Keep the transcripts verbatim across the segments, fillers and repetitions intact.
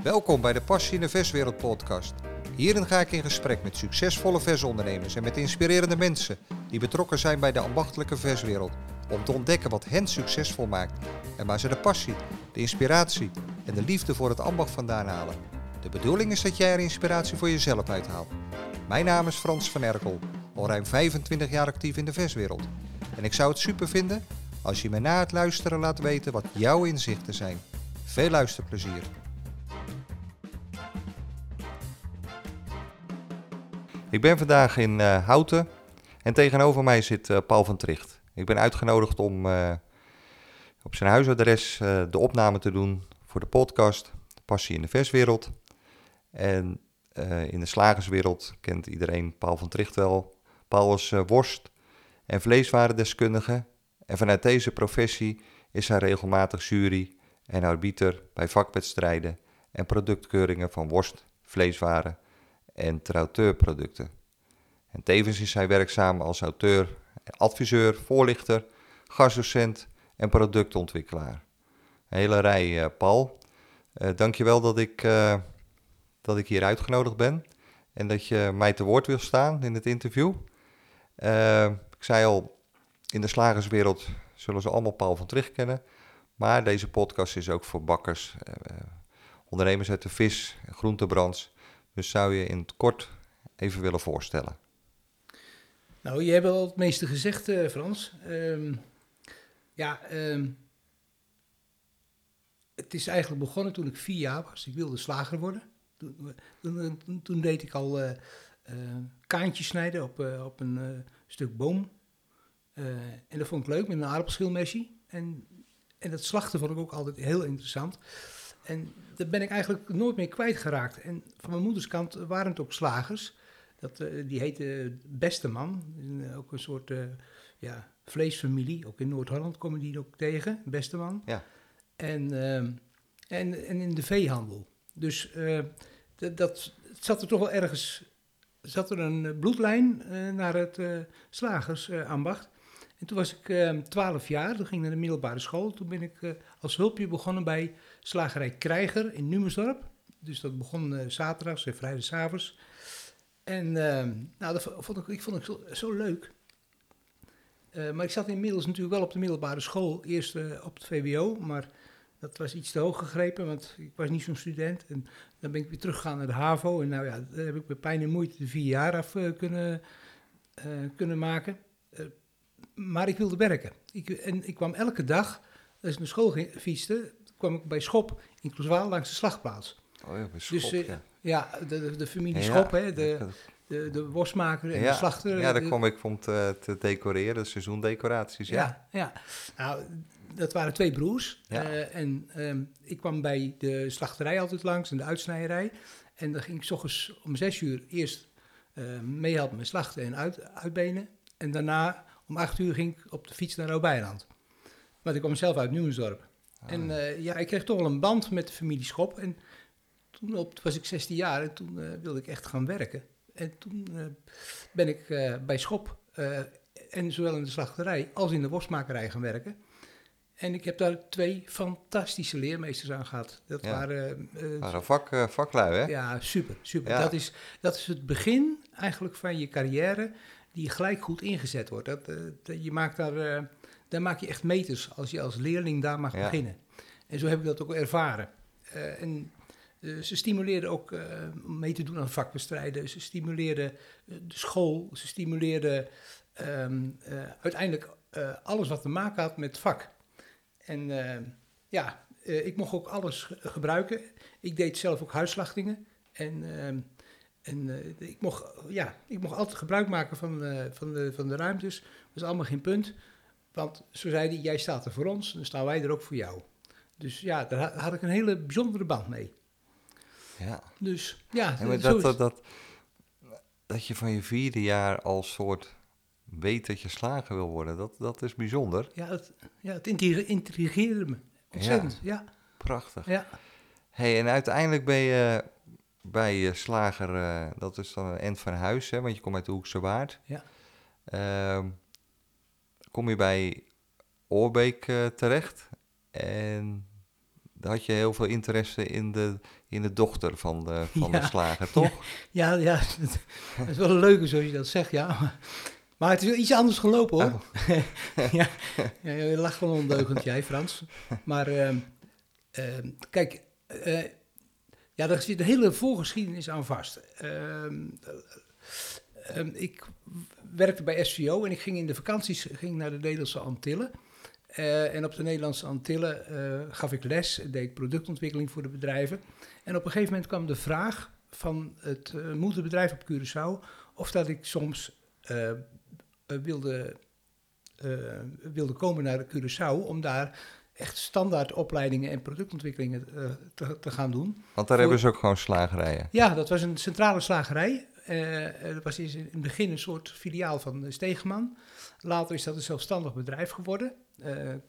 Welkom bij de Passie in de Verswereld podcast. Hierin ga ik in gesprek met succesvolle versondernemers en met inspirerende mensen die betrokken zijn bij de ambachtelijke verswereld. Om te ontdekken wat hen succesvol maakt en waar ze de passie, de inspiratie en de liefde voor het ambacht vandaan halen. De bedoeling is dat jij er inspiratie voor jezelf uithaalt. Mijn naam is Frans van Erkel, al ruim vijfentwintig jaar actief in de verswereld. En ik zou het super vinden als je me na het luisteren laat weten wat jouw inzichten zijn. Veel luisterplezier. Ik ben vandaag in uh, Houten en tegenover mij zit uh, Paul van Tricht. Ik ben uitgenodigd om uh, op zijn huisadres uh, de opname te doen voor de podcast Passie in de Verswereld. En uh, in de slagerswereld kent iedereen Paul van Tricht wel. Paul is uh, worst- en vleeswarendeskundige en vanuit deze professie is hij regelmatig jury en arbiter bij vakwedstrijden en productkeuringen van worst, vleeswaren en trauteurproducten. En tevens is hij werkzaam als auteur, adviseur, voorlichter, gastdocent en productontwikkelaar. Een hele rij, uh, Paul. Uh, dankjewel dat ik, uh, dat ik hier uitgenodigd ben en dat je mij te woord wil staan in het interview. Uh, ik zei al, in de slagerswereld zullen ze allemaal Paul van Tricht kennen, maar deze podcast is ook voor bakkers, uh, ondernemers uit de vis- en groentebranche. Dus zou je in het kort even willen voorstellen? Nou, je hebt al het meeste gezegd, uh, Frans. Um, ja, um, het is eigenlijk begonnen toen ik vier jaar was. Ik wilde slager worden. Toen, toen, toen, toen deed ik al uh, uh, kaantjes snijden op, uh, op een uh, stuk boom. Uh, en dat vond ik leuk, met een aardappelschilmesje. En, en dat slachten vond ik ook altijd heel interessant. En dat ben ik eigenlijk nooit meer kwijtgeraakt. En van mijn moeders kant waren het ook slagers. Dat, uh, die heette Besteman. Uh, ook een soort uh, ja, vleesfamilie. Ook in Noord-Holland komen die ook tegen, Besteman. Ja. En, uh, en, en in de veehandel. Dus uh, d- dat het zat er toch wel ergens... zat er een bloedlijn uh, naar het uh, slagersambacht. En toen was ik twaalf uh, jaar, toen ging ik naar de middelbare school. Toen ben ik uh, als hulpje begonnen bij slagerij Krijger in Numersdorp. Dus dat begon uh, zaterdags en vrijdagavonds. En uh, nou, dat vond ik, ik vond het zo, zo leuk. Uh, maar ik zat inmiddels natuurlijk wel op de middelbare school. Eerst uh, op het V W O, maar dat was iets te hoog gegrepen, want ik was niet zo'n student. En dan ben ik weer teruggegaan naar de HAVO. En nou ja, daar heb ik met pijn en moeite de vier jaar af uh, kunnen, uh, kunnen maken. Uh, maar ik wilde werken. Ik, en ik kwam elke dag, als ik naar school ging, fietste, kwam ik bij Schop in Klooswaal langs de slagplaats. Oh ja, bij Schop, dus, uh, ja. ja, de, de, de familie Ja, Schop, hè, de, de, de worstmaker en ja, de slachter. Ja, daar de, kwam ik om te, te decoreren, de seizoendecoraties, ja. Ja, ja. Nou, dat waren twee broers. Ja. Uh, en um, ik kwam bij de slachterij altijd langs en de uitsnijerij. En dan ging ik 's ochtends om zes uur eerst uh, meehelpen met slachten en uit, uitbenen. En daarna om acht uur ging ik op de fiets naar Robijland. Want ik kwam zelf uit Nieuwensdorp. Ah. En uh, ja, ik kreeg toch wel een band met de familie Schop. En toen op, was ik zestien jaar en toen uh, wilde ik echt gaan werken. En toen uh, ben ik uh, bij Schop, uh, en zowel in de slachterij als in de worstmakerij gaan werken. En ik heb daar twee fantastische leermeesters aan gehad. Dat ja. waren... Uh, waren vak, uh, vaklui, hè? Ja, super, super. Ja. Dat, is, dat is het begin eigenlijk van je carrière die gelijk goed ingezet wordt. Dat, uh, dat je maakt daar, uh, daar maak je echt meters als je als leerling daar mag ja. beginnen. En zo heb ik dat ook ervaren. Uh, en uh, ze stimuleerden ook uh, om mee te doen aan vakwedstrijden. Ze stimuleerden uh, de school. Ze stimuleerden um, uh, uiteindelijk uh, alles wat te maken had met vak. En uh, ja, uh, ik mocht ook alles ge- gebruiken. Ik deed zelf ook huisslachtingen. En, uh, en uh, ik, mocht, ja, ik mocht altijd gebruik maken van, uh, van, de, van de ruimtes. Dat was allemaal geen punt. Want zo zei hij, jij staat er voor ons, dan staan wij er ook voor jou. Dus ja, daar had ik een hele bijzondere band mee. Ja. Dus ja, en dat, dat, dat, dat je van je vierde jaar als soort weet dat je slager wil worden, dat, dat is bijzonder. Ja, het, ja, het intrigeerde me ontzettend, ja. ja. Prachtig. Ja. Hey, en uiteindelijk ben je bij je slager, uh, dat is dan een end van huis, hè, want je komt uit de Hoekse Waard. Ja. Uh, kom je bij Oorbeek uh, terecht en had je heel veel interesse in de, in de dochter van de, van Ja, de slager, toch? Ja, ja, dat, dat is wel een leuke zoals je dat zegt, ja. Maar, maar het is wel iets anders gelopen, hoor. Oh. ja, ja, je lacht gewoon ondeugend, jij, Frans. Maar ehm, ehm, kijk, eh, ja, daar zit een hele voorgeschiedenis aan vast. Ehm, ehm, ik werkte bij S V O en ik ging in de vakanties ging naar de Nederlandse Antillen. Uh, en op de Nederlandse Antillen uh, gaf ik les, deed ik productontwikkeling voor de bedrijven. En op een gegeven moment kwam de vraag van het uh, moederbedrijf op Curaçao of dat ik soms uh, uh, wilde, uh, wilde komen naar Curaçao om daar echt standaard opleidingen en productontwikkelingen uh, te, te gaan doen. Want daar voor... hebben ze ook gewoon slagerijen. Ja, dat was een centrale slagerij. Uh, dat was in het begin een soort filiaal van Stegeman. Later is dat een zelfstandig bedrijf geworden. Uh, uh,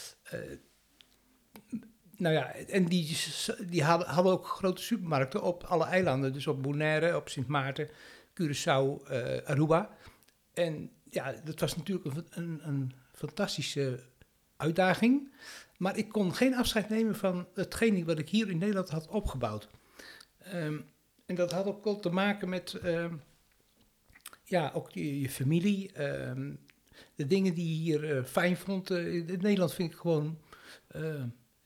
nou ja, en die, die hadden, hadden ook grote supermarkten op alle eilanden. Dus op Bonaire, op Sint Maarten, Curaçao, uh, Aruba. En ja, dat was natuurlijk een, een, een fantastische uitdaging. Maar ik kon geen afscheid nemen van hetgeen wat ik hier in Nederland had opgebouwd. Um, en dat had ook wel te maken met um, ja, ook je, je familie. Um, de dingen die je hier uh, fijn vond. Uh, in Nederland vind ik gewoon uh,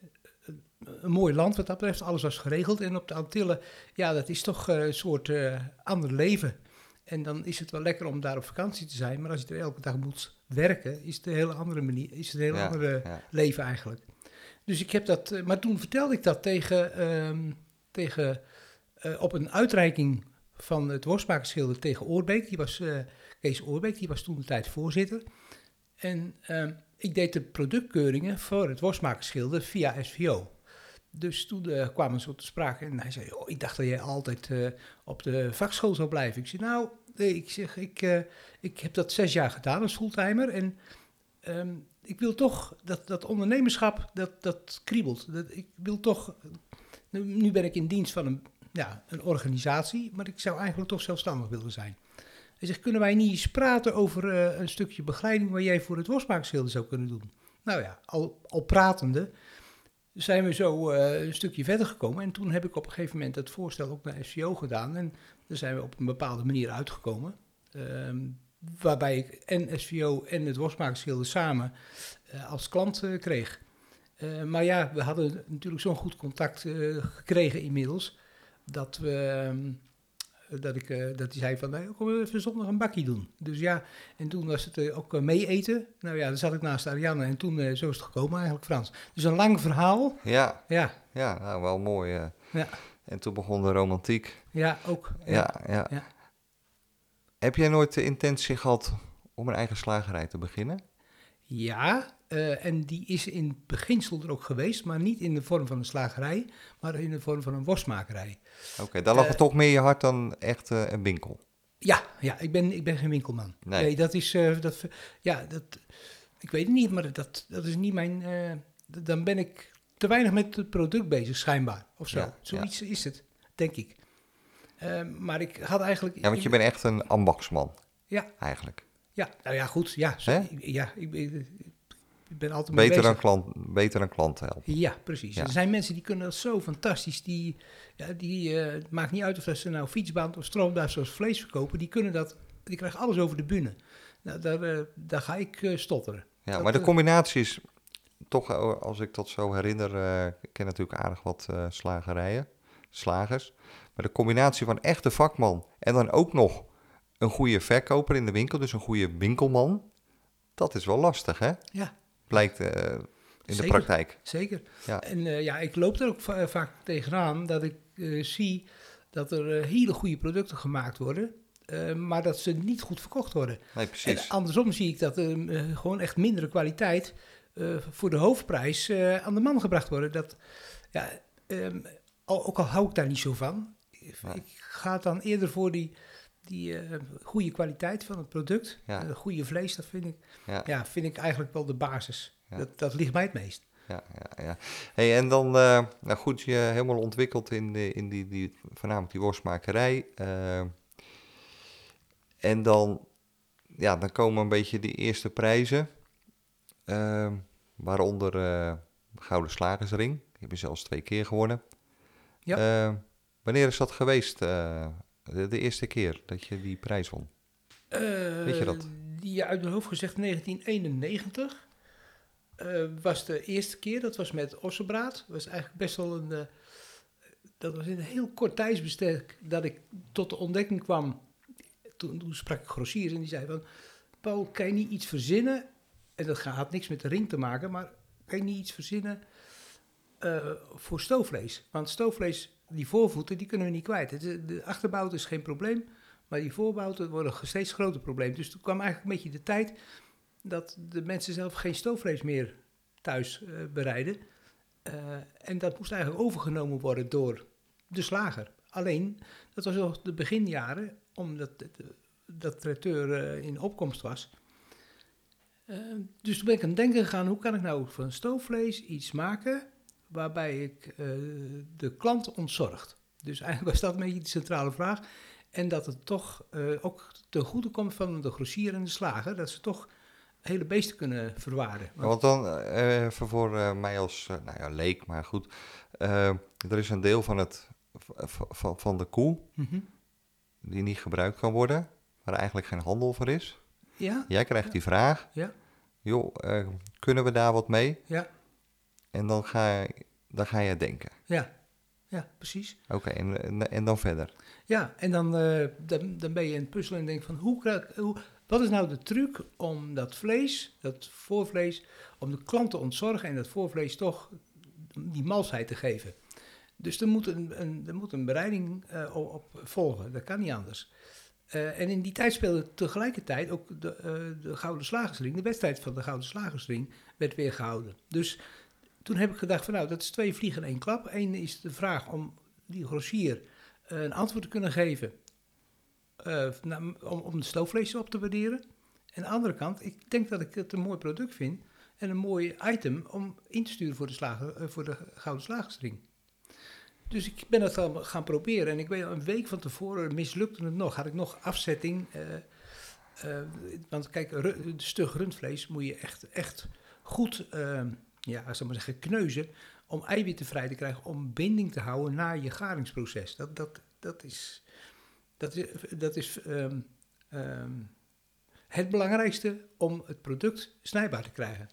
een mooi land wat dat betreft. Alles was geregeld. En op de Antillen, ja, dat is toch uh, een soort uh, ander leven. En dan is het wel lekker om daar op vakantie te zijn. Maar als je er elke dag moet werken, is het een hele andere manier. Is het een heel Ja, andere ja. leven eigenlijk. Dus ik heb dat. Uh, maar toen vertelde ik dat tegen, um, tegen uh, op een uitreiking van het worstmakersgilde tegen Oorbeek. Die was uh, Kees Oorbeek, die was toen de tijd voorzitter. En uh, ik deed de productkeuringen voor het worstmakersgilde via S V O. Dus toen uh, kwamen ze op de sprake en hij zei, oh, ik dacht dat jij altijd uh, op de vakschool zou blijven. Ik zei, nou, nee, ik, zeg, ik, uh, ik heb dat zes jaar gedaan als fulltimer en um, ik wil toch, dat, dat ondernemerschap, dat, dat kriebelt. Dat, ik wil toch, nu, nu ben ik in dienst van een, ja, een organisatie, maar ik zou eigenlijk toch zelfstandig willen zijn. Hij zegt, kunnen wij niet eens praten over uh, een stukje begeleiding waar jij voor het worstmakersgilde zou kunnen doen? Nou ja, al, al pratende zijn we zo uh, een stukje verder gekomen. En toen heb ik op een gegeven moment het voorstel ook naar S V O gedaan. En daar zijn we op een bepaalde manier uitgekomen. Um, waarbij ik en S V O en het worstmakersgilde samen uh, als klant uh, kreeg. Uh, maar ja, we hadden natuurlijk zo'n goed contact uh, gekregen inmiddels, dat we... Um, Dat, ik, uh, dat hij zei van, nou, kom even zondag een bakkie doen. Dus ja, en toen was het uh, ook uh, mee eten. Nou ja, dan zat ik naast Ariane en toen, uh, zo is het gekomen eigenlijk, Frans. Dus een lang verhaal. Ja, Ja, ja nou, wel mooi. Uh. ja, En toen begon de romantiek. ja ook. Ja. Ja, ja. Ja. Heb jij nooit de intentie gehad om een eigen slagerij te beginnen? Ja, uh, en die is in beginsel er ook geweest, maar niet in de vorm van een slagerij, maar in de vorm van een worstmakerij. Oké, okay, daar lag Uh, het toch meer je hart dan echt uh, een winkel? Ja, ja ik, ben, ik ben geen winkelman. Nee, nee dat is, uh, dat, ja, dat, ik weet het niet, maar dat, dat is niet mijn, uh, dan ben ik te weinig met het product bezig, schijnbaar, of zo. Ja, Zoiets ja. is het, denk ik. Uh, maar ik had eigenlijk... Ja, want je bent echt een ambachtsman. Ja. Eigenlijk. Ja, nou ja, goed, ja. Zo, ja ik, ik, ik ben altijd beter mee dan bezig. klant, beter dan klanten helpen. Ja, precies. Ja. Er zijn mensen die kunnen dat zo fantastisch. Die, ja, die uh, het maakt niet uit of ze nou fietsband of stroomduif zoals vlees verkopen. Die kunnen dat, die krijgen alles over de bühne. Nou, daar, uh, daar ga ik uh, stotteren. Ja, dat, maar de uh, combinatie is toch, als ik dat zo herinner, uh, ik ken natuurlijk aardig wat uh, slagerijen, slagers. Maar de combinatie van echte vakman en dan ook nog een goede verkoper in de winkel, dus een goede winkelman, dat is wel lastig, hè? Ja. Blijkt uh, in Zeker, de praktijk. Zeker. Ja. En uh, ja, ik loop er ook va- vaak tegenaan dat ik uh, zie dat er uh, hele goede producten gemaakt worden, uh, maar dat ze niet goed verkocht worden. Nee, precies. En andersom zie ik dat er uh, gewoon echt mindere kwaliteit uh, voor de hoofdprijs uh, aan de man gebracht worden. Dat, ja, um, al, ook al hou ik daar niet zo van, Ja. ik ga dan eerder voor die, die uh, goede kwaliteit van het product. Ja. Uh, goede vlees, dat vind ik, Ja. ja, vind ik eigenlijk wel de basis. Ja. Dat, dat ligt mij het meest. Ja, ja, ja. Hey, en dan, uh, nou goed, je helemaal ontwikkeld in, de, in die, die, voornamelijk die worstmakerij. Uh, en dan, ja, dan komen een beetje die eerste prijzen, uh, waaronder uh, Gouden Slagersring. heb je zelfs twee keer gewonnen. Ja. Uh, wanneer is dat geweest, uh, de, de eerste keer dat je die prijs won? Uh, Weet je dat? Die uit mijn hoofd gezegd negentien eenennegentig uh, was de eerste keer. Dat was met ossenbraad. Dat was eigenlijk best wel een... Uh, dat was in een heel kort tijdsbestek dat ik tot de ontdekking kwam. Toen, toen sprak ik grossiers en die zei van... Paul, kan je niet iets verzinnen? En dat had niks met de ring te maken, maar kan je niet iets verzinnen uh, voor stoofvlees? Want stoofvlees, die voorvoeten, die kunnen we niet kwijt. De, de achterbouten is geen probleem, maar die voorbouten worden een steeds groter probleem. Dus toen kwam eigenlijk een beetje de tijd dat de mensen zelf geen stoofvlees meer thuis uh, bereiden. Uh, en dat moest eigenlijk overgenomen worden door de slager. Alleen, dat was nog de beginjaren, omdat de, dat traiteur uh, in opkomst was. Uh, dus toen ben ik aan het denken gegaan, hoe kan ik nou van stoofvlees iets maken waarbij ik uh, de klant ontzorgt. Dus eigenlijk was dat een beetje de centrale vraag. En dat het toch uh, ook ten goede komt van de grossier en de slager, dat ze toch hele beesten kunnen verwaren. Want, ja, want dan, uh, even voor uh, mij als, uh, nou ja, leek, maar goed. Uh, er is een deel van, het, van, van de koe mm-hmm. die niet gebruikt kan worden, waar eigenlijk geen handel voor is. Ja. Jij krijgt ja. die vraag. Ja. Joh, uh, kunnen we daar wat mee? Ja. En dan ga, dan ga je denken. Ja, ja, precies. Oké, okay, en, en, en dan verder? Ja, en dan, uh, dan, dan ben je in het puzzelen en denk van, hoe krijg, hoe, wat is nou de truc om dat vlees, dat voorvlees, om de klant te ontzorgen en dat voorvlees toch die malsheid te geven? Dus er moet een, een, er moet een bereiding uh, op, op volgen, dat kan niet anders. Uh, en in die tijd speelde tegelijkertijd ook de, uh, de Gouden Slagersring, de wedstrijd van de Gouden Slagersring, werd weer gehouden. Dus toen heb ik gedacht van nou, dat is twee vliegen in één klap. Eén is de vraag om die grossier uh, een antwoord te kunnen geven, uh, nou, om, om de stoofvlees op te waarderen. En aan de andere kant, ik denk dat ik het een mooi product vind en een mooi item om in te sturen voor de, slager, uh, voor de Gouden Slagersring. Dus ik ben dat al gaan proberen en ik weet al een week van tevoren mislukte het nog. Had ik nog afzetting, uh, uh, want kijk, ru- stug rundvlees moet je echt, echt goed, uh, ja, als ik maar zeggen, kneuzen, om eiwitten vrij te krijgen, om binding te houden na je garingsproces. Dat, dat, dat is, dat is, dat is um, um, het belangrijkste om het product snijbaar te krijgen.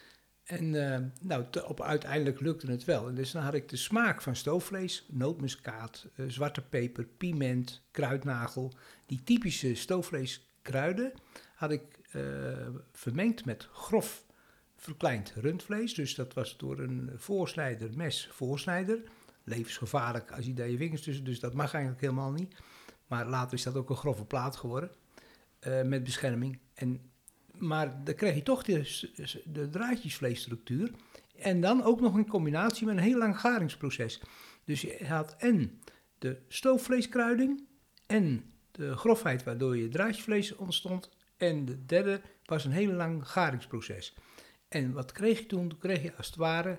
En uh, nou, te, op, uiteindelijk lukte het wel. En dus dan had ik de smaak van stoofvlees, nootmuskaat, uh, zwarte peper, piment, kruidnagel. Die typische stoofvleeskruiden had ik uh, vermengd met grof verkleind rundvlees. Dus dat was door een voorsnijder, mes voorsnijder. Levensgevaarlijk als je daar je vingers tussen, dus dat mag eigenlijk helemaal niet. Maar later is dat ook een grove plaat geworden, uh, met bescherming. En maar dan krijg je toch de, de draadjesvleesstructuur. En dan ook nog in combinatie met een heel lang garingsproces. Dus je had en de stoofvleeskruiding en de grofheid waardoor je draadjesvlees ontstond. En de derde was een heel lang garingsproces. En wat kreeg je toen? Toen kreeg je als het ware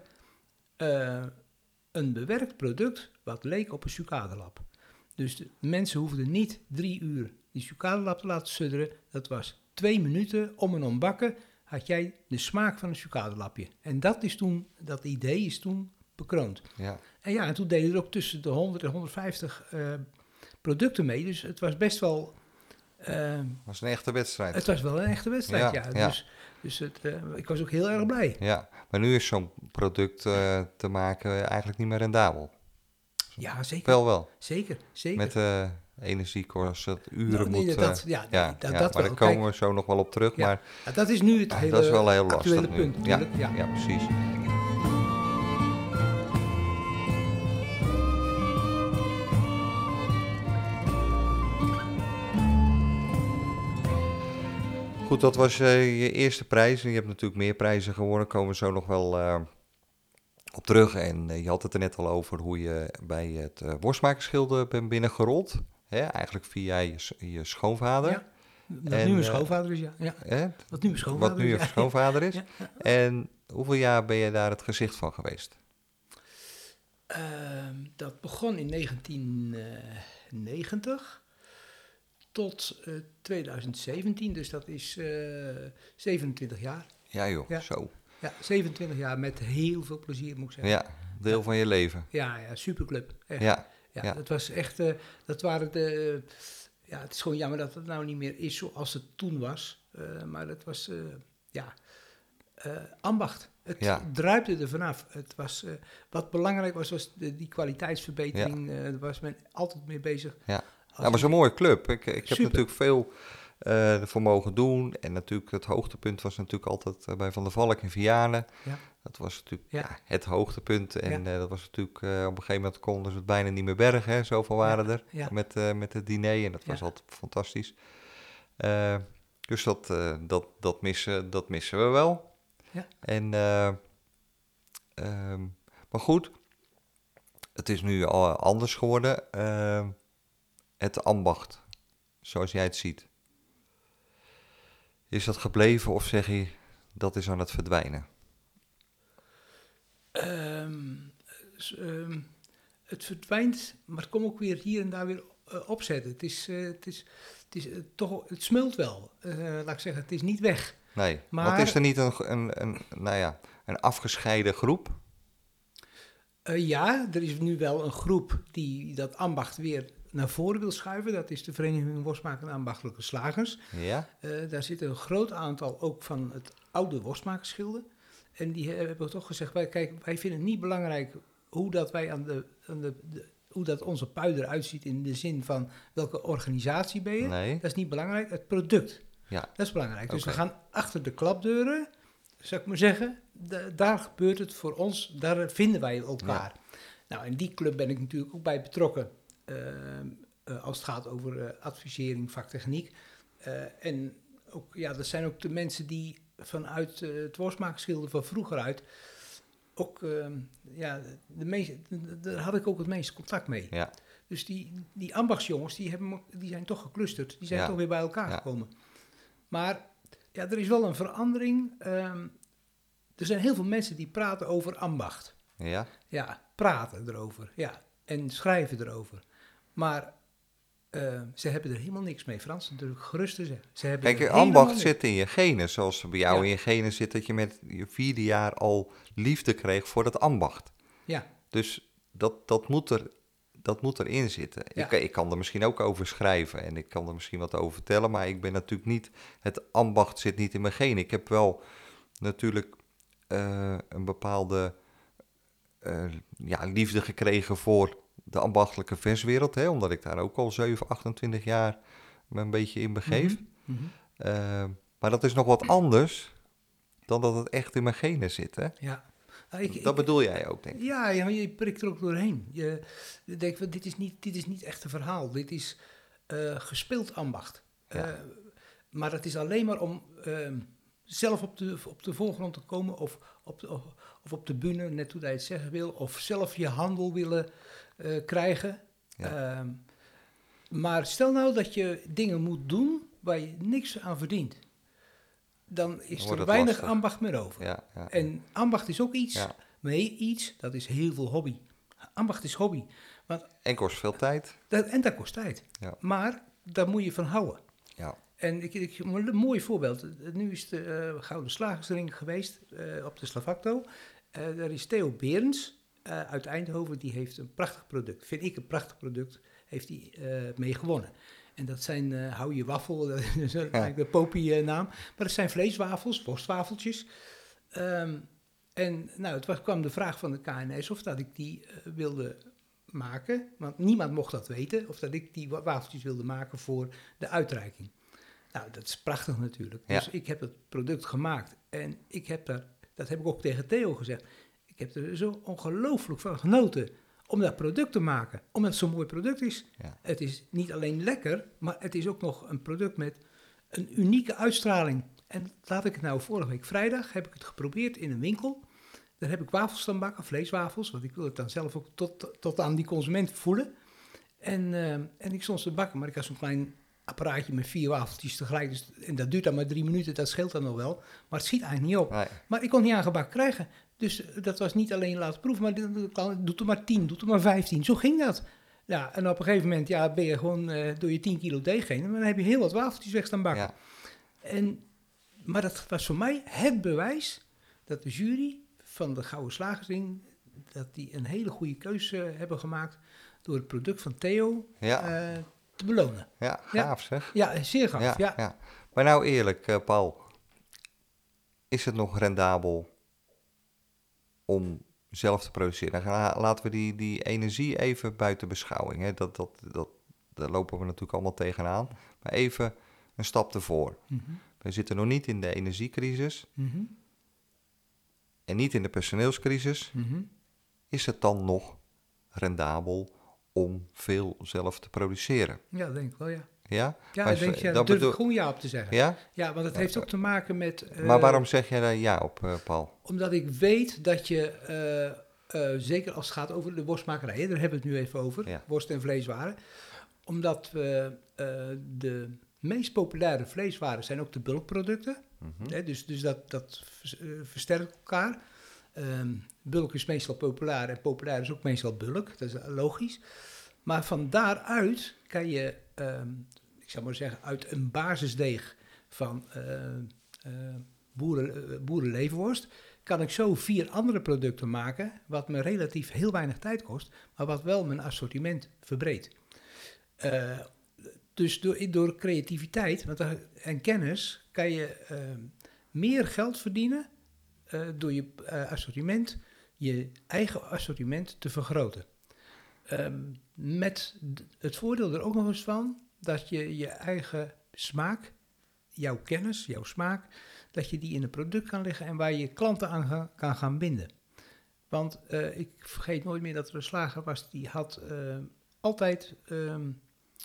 uh, een bewerkt product wat leek op een sucadelap. Dus de mensen hoefden niet drie uur die sucadelap te laten sudderen. Dat was twee minuten om en om bakken, had jij de smaak van een sucadelapje. En dat is toen, dat idee is toen bekroond. Ja. En ja, en toen deden er ook tussen de honderd en honderdvijftig uh, producten mee. Dus het was best wel... Het uh, was een echte wedstrijd. Het was wel een echte wedstrijd, ja. ja. ja. Dus, dus het, uh, ik was ook heel erg blij. Ja, maar nu is zo'n product uh, te maken eigenlijk niet meer rendabel. Ja, zeker. Wel wel. Zeker, zeker. Met uh, energiekost, het uren nou, moet... Nee, dat, ja, ja, dat, ja, dat maar wel. daar komen Kijk, we zo nog wel op terug. Ja, maar ja, dat is nu het hele dat is wel heel actuele lastig punt. Ja, ja. ja, precies. Goed, dat was uh, je eerste prijs. En je hebt natuurlijk meer prijzen gewonnen. Komen we zo nog wel uh, op terug. En uh, je had het er net al over hoe je bij het uh, worstmakersgilde bent binnengerold. Hè? Eigenlijk via je, je schoonvader. Ja, wat en, nu mijn uh, schoonvader is, ja. ja. Eh? Wat nu mijn schoonvader Wat nu je is, ja. schoonvader is. Ja, ja. En hoeveel jaar ben je daar het gezicht van geweest? Uh, dat begon in negentien negentig tot uh, twintig zeventien, dus dat is uh, zevenentwintig jaar. Ja joh, ja. zo. Ja, zevenentwintig jaar met heel veel plezier, moet ik zeggen. Ja, deel van je leven. Ja, ja, superclub. Echt. Ja, Ja, ja. dat was echt, uh, dat waren de, uh, ja, het is gewoon jammer dat het nou niet meer is zoals het toen was. Uh, maar het was, uh, ja, uh, ambacht. Het Ja. druipte er vanaf. Het was, uh, wat belangrijk was, was de, die kwaliteitsverbetering. Ja. Uh, daar was men altijd mee bezig. Ja, ja maar het is een mooie club. Ik, ik heb natuurlijk veel uh, ervoor mogen doen. En natuurlijk het hoogtepunt was natuurlijk altijd uh, bij Van der Valk in Vianen. Ja. Dat was natuurlijk ja. Ja, het hoogtepunt. En ja. uh, dat was natuurlijk, uh, op een gegeven moment konden ze het bijna niet meer bergen. Hè? Zoveel waren ja. er ja. Met, uh, met het diner. En dat was ja. altijd fantastisch. Uh, dus dat, uh, dat, dat, missen, dat missen we wel. Ja. En, uh, um, maar goed, het is nu al anders geworden. Uh, het ambacht, zoals jij het ziet. Is dat gebleven of zeg je dat is aan het verdwijnen? Um, um, het verdwijnt, maar het komt ook weer hier en daar weer uh, opzetten. Het is, uh, het is, het is uh, toch, het smult wel. Uh, laat ik zeggen, het is niet weg. Nee, maar want is er niet een, een, een, nou ja, een afgescheiden groep? Uh, ja, er is nu wel een groep die dat ambacht weer naar voren wil schuiven. Dat is de Vereniging Worstmakers en Ambachtelijke Slagers. Ja. Uh, daar zit een groot aantal ook van het oude worstmakersgilde. En die hebben toch gezegd, wij, kijk, wij vinden het niet belangrijk hoe dat wij aan de, aan de, de hoe dat onze pui eruit ziet in de zin van welke organisatie ben je. Nee. Dat is niet belangrijk, het product. Ja. Dat is belangrijk. Dus okay. we gaan achter de klapdeuren, zou ik maar zeggen, da- daar gebeurt het voor ons, daar vinden wij elkaar. Ja. Nou, in die club ben ik natuurlijk ook bij betrokken, uh, uh, als het gaat over uh, advisering, vaktechniek. Uh, en ook, ja, dat zijn ook de mensen die vanuit uh, het worstmakersgilde van vroeger uit, ook, uh, ja, de meeste, daar had ik ook het meeste contact mee. Ja. Dus die, die ambachtsjongens, die, hebben, die zijn toch geclusterd, die zijn ja. toch weer bij elkaar ja. gekomen. Maar ja, er is wel een verandering. Um, er zijn heel veel mensen die praten over ambacht. Ja? Ja, praten erover, ja. En schrijven erover. Maar uh, ze hebben er helemaal niks mee, Frans. Natuurlijk gerust te zeggen. Ze hebben Kijk, ambacht zit in je genen. Zoals bij jou ja. in je genen zit dat je met je vierde jaar al liefde kreeg voor dat ambacht. Ja. Dus dat, dat, moet, er, dat moet erin zitten. Ja. Ik, ik kan er misschien ook over schrijven en ik kan er misschien wat over vertellen. Maar ik ben natuurlijk niet, het ambacht zit niet in mijn genen. Ik heb wel natuurlijk uh, een bepaalde uh, ja, liefde gekregen voor de ambachtelijke verswereld. Hè, omdat ik daar ook al zeven, achtentwintig jaar me een beetje in begeef. Mm-hmm. Mm-hmm. Uh, maar dat is nog wat anders dan dat het echt in mijn genen zit. Hè? Ja. Nou, ik, dat ik, bedoel jij ook, denk ik. Ja, ja, je prikt er ook doorheen. Je, je denkt, van, dit, is niet, dit is niet echt een verhaal. Dit is uh, gespeeld ambacht. Ja. Uh, maar het is alleen maar om uh, zelf op de, op de voorgrond te komen of op, de, of op de bühne, net hoe hij het zeggen wil, of zelf je handel willen uh, krijgen. Ja. Uh, maar stel nou dat je dingen moet doen waar je niks aan verdient. Dan is dan er weinig lastig. Ambacht meer over. Ja, ja. En ambacht is ook iets, ja. nee, iets, dat is heel veel hobby. Ambacht is hobby. Want, en kost veel tijd. Dat, en dat kost tijd. Ja. Maar daar moet je van houden. Ja. En ik, ik, een mooi voorbeeld. Nu is de uh, Gouden Slagersring geweest uh, op de Slavacto. Uh, daar is Theo Berends uh, uit Eindhoven. Die heeft een prachtig product. Vind ik een prachtig product. Heeft hij uh, mee gewonnen. En dat zijn, uh, hou je waffel, dat is eigenlijk de popie uh, naam. Maar het zijn vleeswafels, worstwafeltjes. Um, en nou, het was, kwam de vraag van de K N S of dat ik die uh, wilde maken. Want niemand mocht dat weten. Of dat ik die wafeltjes wilde maken voor de uitreiking. Nou, dat is prachtig natuurlijk. Ja. Dus ik heb het product gemaakt. En ik heb daar, dat heb ik ook tegen Theo gezegd. Ik heb er zo ongelooflijk van genoten om dat product te maken, omdat het zo'n mooi product is. Ja. Het is niet alleen lekker, maar het is ook nog een product met een unieke uitstraling. En laat ik het nou, vorige week vrijdag heb ik het geprobeerd in een winkel. Daar heb ik wafels staan bakken, vleeswafels, want ik wil het dan zelf ook tot, tot aan die consument voelen. En, uh, en ik stond te bakken, maar ik had zo'n klein apparaatje met vier wafeltjes tegelijk. Dus, en dat duurt dan maar drie minuten, dat scheelt dan nog wel. Maar het schiet eigenlijk niet op. Nee. Maar ik kon het niet aangebakken krijgen. Dus dat was niet alleen laten proeven, maar doe er maar tien, doe er maar vijftien. Zo ging dat. Ja, en op een gegeven moment ja, ben je gewoon uh, door je tien kilo deeg heen. En dan heb je heel wat wafeltjes weg staan bakken. Ja. En, maar dat was voor mij het bewijs dat de jury van de Gouden Slagersring dat die een hele goede keuze hebben gemaakt door het product van Theo Ja, uh, te belonen. ja gaaf zeg. Ja, zeer gaaf. Ja, Ja. ja. Maar nou eerlijk, uh, Paul, is het nog rendabel om zelf te produceren? Dan laten we die, die energie even buiten beschouwing. Hè. Dat, dat, dat, daar lopen we natuurlijk allemaal tegenaan. Maar even een stap ervoor. Mm-hmm. We zitten nog niet in de energiecrisis. Mm-hmm. En niet in de personeelscrisis. Mm-hmm. Is het dan nog rendabel om veel zelf te produceren? Ja, dat denk ik wel, ja. Ja? Ja, maar ik denk, ja, dat durf bedoel... ik gewoon ja op te zeggen. Ja? Ja, want het ja, heeft ook te maken met... Uh, maar waarom zeg jij daar ja op, uh, Paul? Omdat ik weet dat je, uh, uh, zeker als het gaat over de worstmakerij, daar hebben we het nu even over, ja. worst- en vleeswaren. Omdat we uh, de meest populaire vleeswaren zijn ook de bulkproducten. Mm-hmm. Hè, dus dus dat, dat uh, versterkt elkaar. Um, bulk is meestal populair en populair is ook meestal bulk. Dat is logisch. Maar van daaruit kan je, um, ik zou maar zeggen, uit een basisdeeg van uh, uh, boeren, uh, boerenleverworst, kan ik zo vier andere producten maken, wat me relatief heel weinig tijd kost, maar wat wel mijn assortiment verbreedt. Uh, dus door, door creativiteit want, uh, en kennis kan je uh, meer geld verdienen uh, door je uh, assortiment, je eigen assortiment te vergroten. Um, met d- het voordeel er ook nog eens van dat je je eigen smaak, jouw kennis, jouw smaak, dat je die in een product kan leggen en waar je klanten aan ga, kan gaan binden. Want uh, ik vergeet nooit meer dat er een slager was die had uh, altijd um,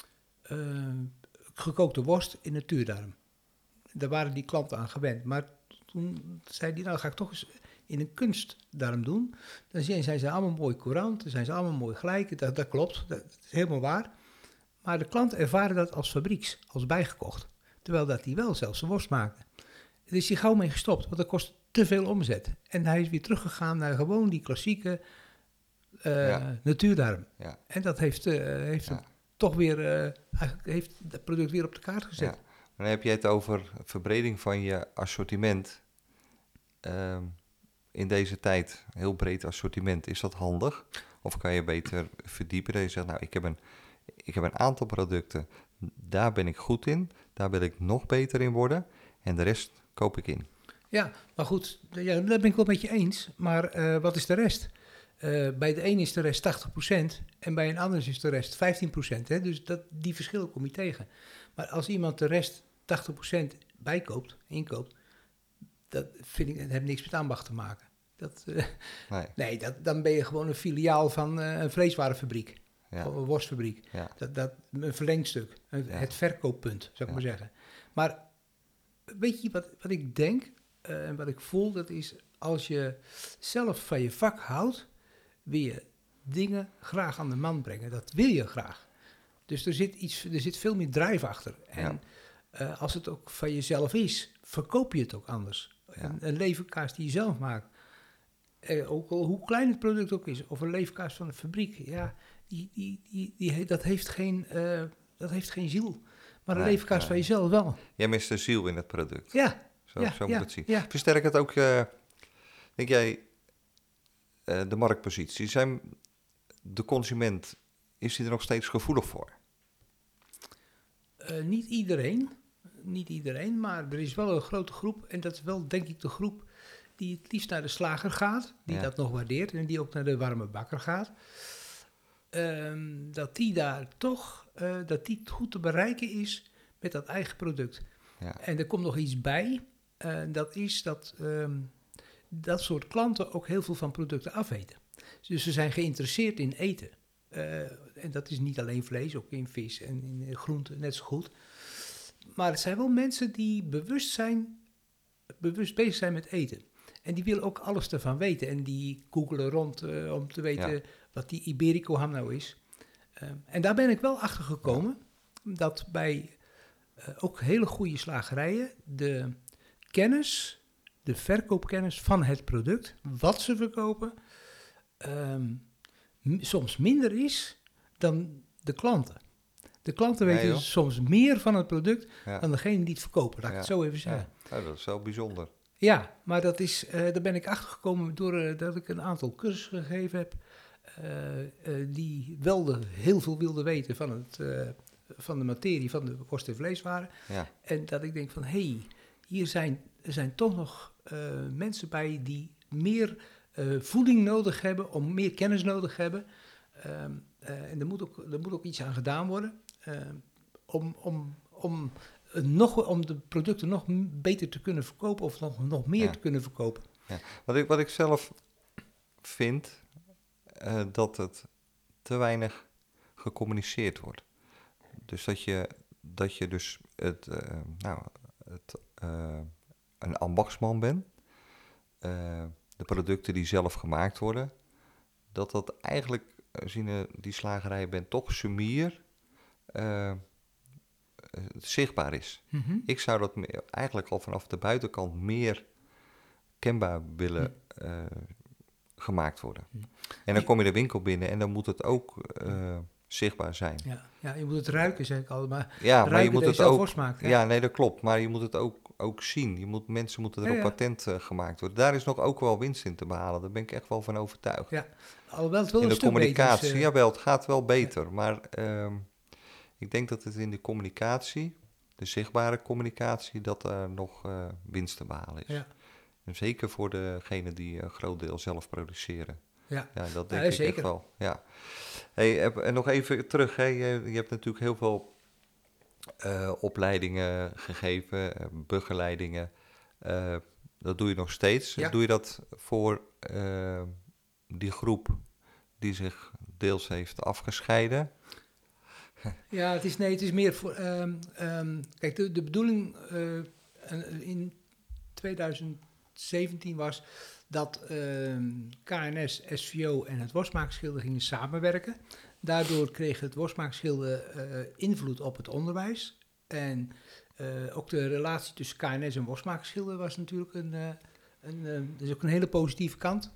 uh, gekookte worst in natuurdarm. Daar waren die klanten aan gewend. Maar toen zei hij, nou ga ik toch eens in een kunstdarm doen. Dan zijn ze allemaal mooi courant, dan zijn ze allemaal mooi gelijk. Dat, dat klopt, dat is helemaal waar. Maar de klanten ervaren dat als fabrieks, als bijgekocht. Terwijl dat die wel zelfs zijn worst maken. Er is hij gauw mee gestopt, want dat kost te veel omzet. En hij is weer teruggegaan naar gewoon die klassieke uh, ja. natuurdarm. Ja. En dat heeft, uh, heeft ja. toch weer, uh, eigenlijk heeft het product weer op de kaart gezet. Ja. Dan heb je het over verbreding van je assortiment. Uh, in deze tijd, een heel breed assortiment, is dat handig? Of kan je beter verdiepen? Dat je zegt, nou, ik heb een, ik heb een aantal producten, daar ben ik goed in. Daar wil ik nog beter in worden. En de rest koop ik in. Ja, maar goed, ja, dat ben ik wel met je eens. Maar uh, wat is de rest? Uh, bij de een is de rest tachtig procent en bij een ander is de rest vijftien procent. Hè? Dus dat, die verschillen kom je tegen. Maar als iemand de rest tachtig procent bijkoopt, inkoopt, dat vind ik, dat heeft niks met ambacht te maken. Dat, uh, nee, nee dat, dan ben je gewoon een filiaal van uh, een vleeswarenfabriek. Ja. Of een worstfabriek. Ja. Dat, dat, een verlengstuk, een, ja. het verkooppunt, zou ik ja. maar zeggen. Maar weet je wat, wat ik denk uh, en wat ik voel, dat is als je zelf van je vak houdt, wil je dingen graag aan de man brengen. Dat wil je graag. Dus er zit, iets, er zit veel meer drive achter. En ja. uh, als het ook van jezelf is, verkoop je het ook anders. Ja. Een, een leverkaas die je zelf maakt, uh, ook al hoe klein het product ook is, of een leverkaas van een fabriek, ja, die, die, die, die, dat, heeft geen, uh, dat heeft geen ziel. Maar een nee, leverkaas nee. van jezelf wel. Jij mist de ziel in het product. Ja. Zo, ja, zo ja, moet het zien. Ja. Versterk het ook, uh, denk jij, uh, de marktpositie. Zijn de consument, is die er nog steeds gevoelig voor? Uh, niet iedereen. Niet iedereen, maar er is wel een grote groep. En dat is wel, denk ik, de groep die het liefst naar de slager gaat. Die ja. dat nog waardeert en die ook naar de warme bakker gaat. Um, dat die daar toch, uh, dat die goed te bereiken is met dat eigen product. Ja. En er komt nog iets bij. Uh, dat is dat um, dat soort klanten ook heel veel van producten afeten. Dus ze zijn geïnteresseerd in eten. Uh, en dat is niet alleen vlees, ook in vis en in groenten, net zo goed. Maar het zijn wel mensen die bewust zijn, bewust bezig zijn met eten. En die willen ook alles ervan weten. En die googelen rond uh, om te weten ja. wat die Iberico ham nou is. Uh, en daar ben ik wel achter gekomen ja. dat bij uh, ook hele goede slagerijen de kennis, de verkoopkennis van het product, wat ze verkopen, um, m- soms minder is dan de klanten. De klanten weten nee, soms meer van het product ja. dan degene die het verkopen. Laat ik ja. het zo even zeggen. Ja. Ja, dat is wel bijzonder. Ja, maar dat is, uh, daar ben ik achtergekomen doordat uh, ik een aantal cursussen gegeven heb. Uh, uh, die wel de, heel veel wilden weten van, het, uh, van de materie van de worst- en vleeswaren. Ja. En dat ik denk van, hé, hey, hier zijn, er zijn toch nog uh, mensen bij die meer uh, voeding nodig hebben, om meer kennis nodig hebben. Um, uh, en er moet, ook, er moet ook iets aan gedaan worden uh, om, om, om, uh, nog, om de producten nog beter te kunnen verkopen of nog, nog meer ja. te kunnen verkopen. Ja. Wat, ik, wat ik zelf vind, uh, dat het te weinig gecommuniceerd wordt. Dus dat je, dat je dus het, uh, nou, het, uh, een ambachtsman bent, uh, de producten die zelf gemaakt worden, dat dat eigenlijk, als je die slagerij bent, toch sumier uh, zichtbaar is. Mm-hmm. Ik zou dat meer, eigenlijk al vanaf de buitenkant meer kenbaar willen uh, gemaakt worden. Mm. En dan kom je de winkel binnen en dan moet het ook uh, zichtbaar zijn. Ja, ja, je moet het ruiken, zeg ik al. Maar ja, maar je moet het ook. Maakt, ja, nee, dat klopt. Maar je moet het ook, ook zien. Je moet, mensen moeten er ja, op ja. patent uh, gemaakt worden. Daar is nog ook wel winst in te behalen. Daar ben ik echt wel van overtuigd. Ja, alhoewel het wel in een de communicatie, beter is, uh... jawel, het gaat wel beter. Ja. Maar uh, ik denk dat het in de communicatie, de zichtbare communicatie, dat er nog uh, winst te behalen is. Ja. En zeker voor degenen die een groot deel zelf produceren. Ja, ja dat denk ja, ik zeker. echt wel. Ja. Hey, en nog even terug. Hè. Je, je hebt natuurlijk heel veel uh, opleidingen gegeven, uh, begeleidingen. Uh, dat doe je nog steeds. Ja. Doe je dat voor uh, die groep die zich deels heeft afgescheiden? Ja, het is, nee, het is meer voor... Um, um, kijk, de, de bedoeling uh, in tweeduizend zeventien was dat uh, K N S, S V O en het worstmaakschilde gingen samenwerken. Daardoor kreeg het worstmaakschilde uh, invloed op het onderwijs. En uh, ook de relatie tussen K N S en worstmaakschilde was natuurlijk een, uh, een, uh, dat is ook een hele positieve kant.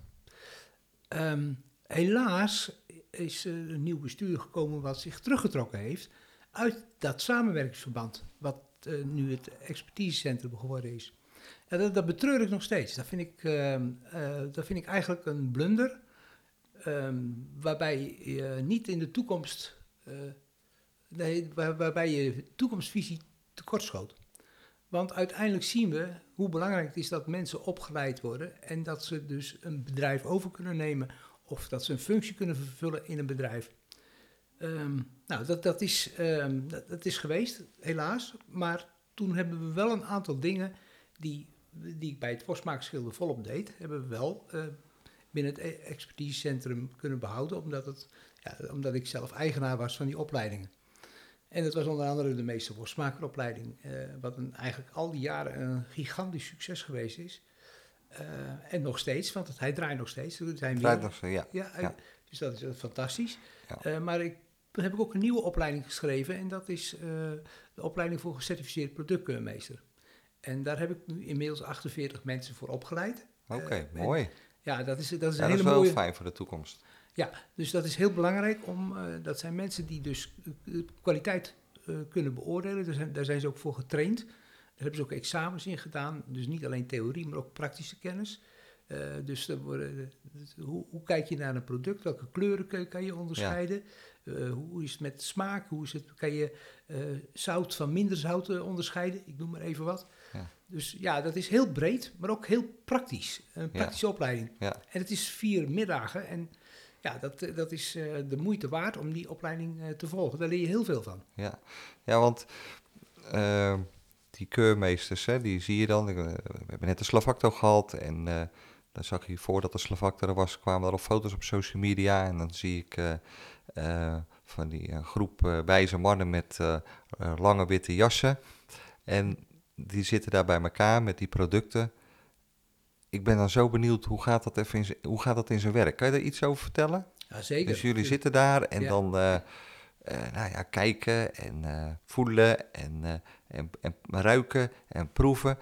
Um, helaas is uh, een nieuw bestuur gekomen wat zich teruggetrokken heeft uit dat samenwerkingsverband, wat uh, nu het expertisecentrum geworden is. En dat, dat betreur ik nog steeds. Dat vind ik, uh, uh, dat vind ik eigenlijk een blunder, um, waarbij je niet in de toekomst, uh, nee, waar, waarbij je toekomstvisie tekortschoot. Want uiteindelijk zien we hoe belangrijk het is dat mensen opgeleid worden en dat ze dus een bedrijf over kunnen nemen of dat ze een functie kunnen vervullen in een bedrijf. Um, nou, dat, dat, is, um, dat, dat is geweest, helaas. Maar toen hebben we wel een aantal dingen die, die ik bij het worstmaakschilde volop deed, hebben we wel uh, binnen het expertisecentrum kunnen behouden, omdat, het, ja, omdat ik zelf eigenaar was van die opleidingen. En dat was onder andere de meester worstmakeropleiding, uh, wat een, eigenlijk al die jaren een gigantisch succes geweest is. Uh, en nog steeds, want het, hij draait nog steeds. Er zijn draait nog steeds, ja. Ja, ja. Dus dat is uh, fantastisch. Ja. Uh, maar ik, toen heb ik ook een nieuwe opleiding geschreven en dat is uh, de opleiding voor gecertificeerd productkeurmeester. En daar heb ik nu inmiddels achtenveertig mensen voor opgeleid. Oké, okay, uh, mooi. Ja, dat is, dat is ja, een hele dat is mooie... wel fijn voor de toekomst. Ja, dus dat is heel belangrijk om, uh, dat zijn mensen die dus uh, kwaliteit uh, kunnen beoordelen. Daar zijn, daar zijn ze ook voor getraind. Daar hebben ze ook examens in gedaan. Dus niet alleen theorie, maar ook praktische kennis. Uh, dus er worden, uh, hoe, hoe kijk je naar een product? Welke kleuren kan, kan je onderscheiden? Ja. Uh, hoe is het met smaak? Hoe is het, kan je uh, zout van minder zout uh, onderscheiden? Ik noem maar even wat. Ja. Dus ja, dat is heel breed, maar ook heel praktisch. Een praktische ja. opleiding. Ja. En het is vier middagen en... Ja, dat, dat is uh, de moeite waard om die opleiding uh, te volgen. Daar leer je heel veel van. Ja, ja want uh, die keurmeesters, hè, die zie je dan. Uh, we hebben net de Slavacto gehad. En uh, dan zag je voordat de Slavacto er was, kwamen er al foto's op social media. En dan zie ik uh, uh, van die uh, groep uh, wijze mannen met uh, uh, lange witte jassen. En die zitten daar bij elkaar met die producten. Ik ben dan zo benieuwd, hoe gaat dat, even in z- hoe gaat dat in zijn werk? Kan je daar iets over vertellen? Ja, zeker. Dus jullie zitten daar en ja. dan uh, uh, nou ja, kijken en uh, voelen en, uh, en, en ruiken en proeven.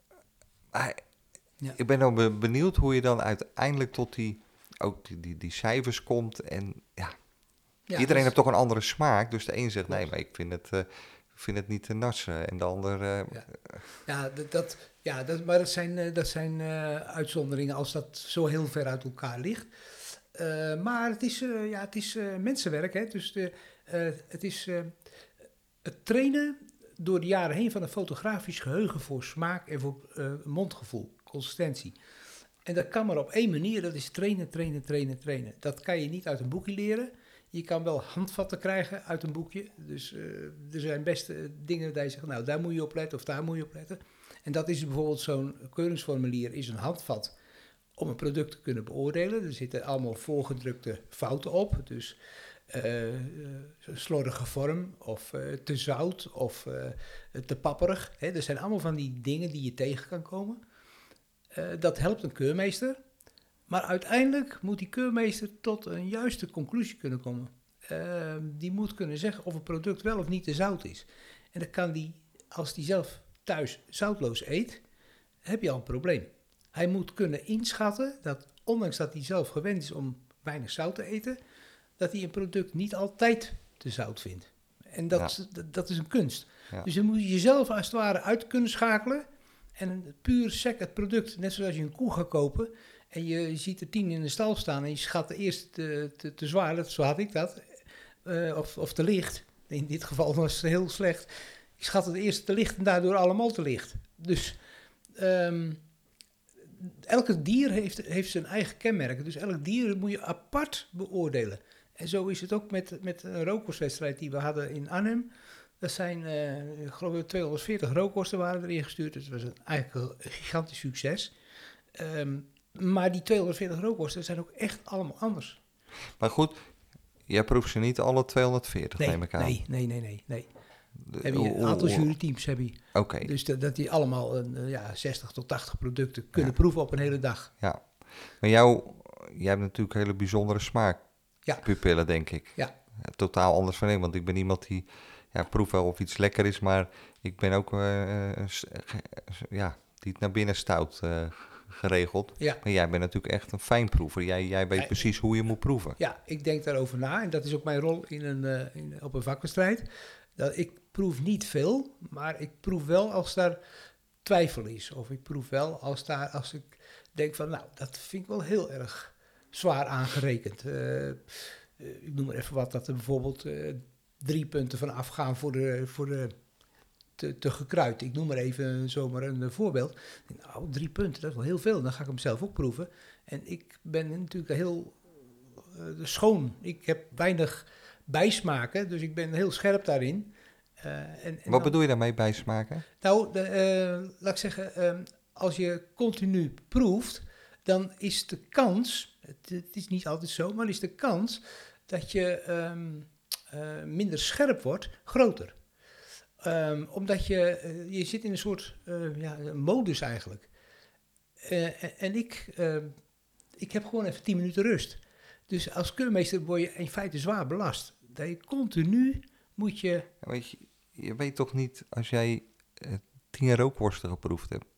Maar ja. Ik ben dan benieuwd hoe je dan uiteindelijk tot die, ook die, die, die cijfers komt. En ja, ja iedereen dus... heeft toch een andere smaak. Dus de een zegt, nee, maar ik vind het... Uh, Ik vind het niet te nassen. En de ander... Uh, ja, ja dat, dat, Ja, dat, maar dat zijn, uh, dat zijn uh, uitzonderingen als dat zo heel ver uit elkaar ligt. Uh, maar het is, uh, ja, het is uh, mensenwerk. Hè? Dus de, uh, het is uh, het trainen door de jaren heen van een fotografisch geheugen voor smaak en voor uh, mondgevoel, consistentie. En dat kan maar op één manier, dat is trainen, trainen, trainen, trainen. Dat kan je niet uit een boekje leren. Je kan wel handvatten krijgen uit een boekje. Dus uh, er zijn best uh, dingen dat je zegt, nou daar moet je op letten of daar moet je op letten. En dat is bijvoorbeeld zo'n keuringsformulier, is een handvat om een product te kunnen beoordelen. Er zitten allemaal voorgedrukte fouten op. Dus uh, uh, slordige vorm of uh, te zout of uh, te papperig. Hè, dat zijn allemaal van die dingen die je tegen kan komen. Uh, dat helpt een keurmeester. Maar uiteindelijk moet die keurmeester tot een juiste conclusie kunnen komen. Uh, die moet kunnen zeggen of een product wel of niet te zout is. En dan kan die, als die zelf thuis zoutloos eet, heb je al een probleem. Hij moet kunnen inschatten dat, ondanks dat hij zelf gewend is om weinig zout te eten, dat hij een product niet altijd te zout vindt. En dat, ja. dat, dat is een kunst. Ja. Dus dan moet je jezelf als het ware uit kunnen schakelen en puur sec het product, net zoals je een koe gaat kopen en je ziet er tien in de stal staan en je schat de eerste te, te, te zwaar, dat, zo had ik dat, uh, of, of te licht. In dit geval was het heel slecht. Ik schat het eerst te licht en daardoor allemaal te licht. Dus um, elke dier heeft, heeft zijn eigen kenmerken. Dus elk dier moet je apart beoordelen. En zo is het ook met, met een rookworstwedstrijd die we hadden in Arnhem. Dat zijn, uh, ik geloof ik, tweehonderdveertig rookworsten waren erin gestuurd. Dus het was een, eigenlijk een gigantisch succes. Um, maar die tweehonderdveertig rookworsten zijn ook echt allemaal anders. Maar goed, jij proeft ze niet alle tweehonderdveertig, nee, neem ik aan. Nee, nee, nee, nee. nee. De, heb je een aantal juryteams heb je. Oké. Okay. Dus dat, dat die allemaal een, uh, ja, zestig tot tachtig producten kunnen ja. proeven op een hele dag. Ja. Maar jou, jij hebt natuurlijk hele bijzondere smaakpupillen, ja. denk ik. Ja. Totaal anders van ik, want ik ben iemand die, ja, proef wel of iets lekker is, maar ik ben ook, uh, uh, ja, die het naar binnen stout uh, geregeld. Ja. Maar jij bent natuurlijk echt een fijnproever. Jij, jij weet ja, precies hoe je moet proeven. Ja, ik denk daarover na en dat is ook mijn rol in een, uh, in, op een vakkenstrijd. Dat ik proef niet veel, maar ik proef wel als daar twijfel is. Of ik proef wel als, daar, als ik denk van, nou, dat vind ik wel heel erg zwaar aangerekend. Uh, uh, ik noem maar even wat, dat er bijvoorbeeld uh, drie punten van afgaan voor de, voor de te, te gekruid. Ik noem maar even zomaar een voorbeeld. Nou, drie punten, dat is wel heel veel. Dan ga ik hem zelf ook proeven. En ik ben natuurlijk heel uh, schoon. Ik heb weinig bijsmaken, dus ik ben heel scherp daarin. Uh, en, en Wat dan, bedoel je daarmee, bijsmaken? Nou, de, uh, laat ik zeggen, uh, als je continu proeft, dan is de kans, het, het is niet altijd zo, maar is de kans dat je um, uh, minder scherp wordt, groter. Um, omdat je, uh, je zit in een soort uh, ja, modus eigenlijk. Uh, en, en ik, uh, ik heb gewoon even tien minuten rust. Dus als keurmeester word je in feite zwaar belast. Dat je continu moet je... Ja, weet je, je weet toch niet, als jij uh, tien rookworsten geproefd hebt,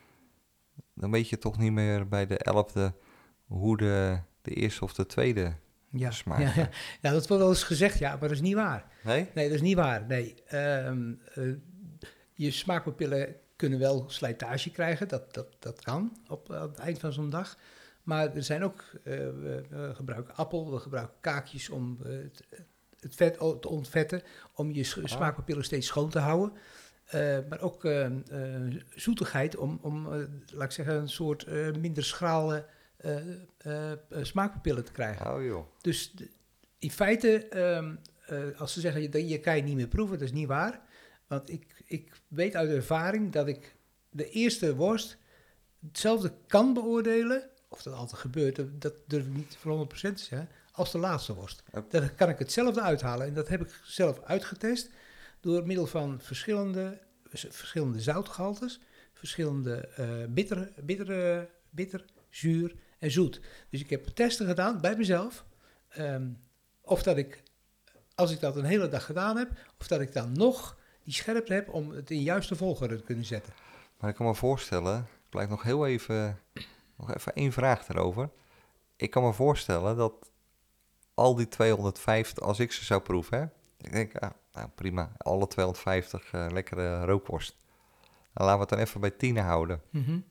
dan weet je toch niet meer bij de elfde hoe de, de eerste of de tweede ja, smaakt. Ja, ja. ja, dat wordt wel eens gezegd, ja, maar dat is niet waar. Nee? Nee, dat is niet waar. Nee. Um, uh, je smaakpapillen kunnen wel slijtage krijgen, dat, dat, dat kan op, op het eind van zo'n dag. Maar er zijn ook, uh, we, we gebruiken appel, we gebruiken kaakjes om uh, het, het vet te ontvetten, om je sch- smaakpapillen steeds schoon te houden. Uh, maar ook uh, uh, zoetigheid om, om uh, laat ik zeggen, een soort uh, minder schrale uh, uh, uh, smaakpapillen te krijgen. Oh joh. Dus de, in feite, um, uh, als ze zeggen, je, je kan je niet meer proeven, dat is niet waar. Want ik, ik weet uit ervaring dat ik de eerste worst hetzelfde kan beoordelen, of dat altijd gebeurt, dat, dat durf ik niet voor honderd procent te zeggen, als de laatste worst. Okay. Dan kan ik hetzelfde uithalen en dat heb ik zelf uitgetest door middel van verschillende, verschillende zoutgehaltes, verschillende uh, bitter, bitter, bitter, zuur en zoet. Dus ik heb testen gedaan bij mezelf, um, of dat ik, als ik dat een hele dag gedaan heb, of dat ik dan nog die scherpte heb om het in juiste volgorde te kunnen zetten. Maar ik kan me voorstellen, ik blijf nog heel even, nog even één vraag erover. Ik kan me voorstellen dat al die tweehonderdvijftig, als ik ze zou proeven, hè, ik denk, ah, nou prima, alle tweehonderdvijftig uh, lekkere rookworst. Nou, laten we het dan even bij tien houden. Mm-hmm.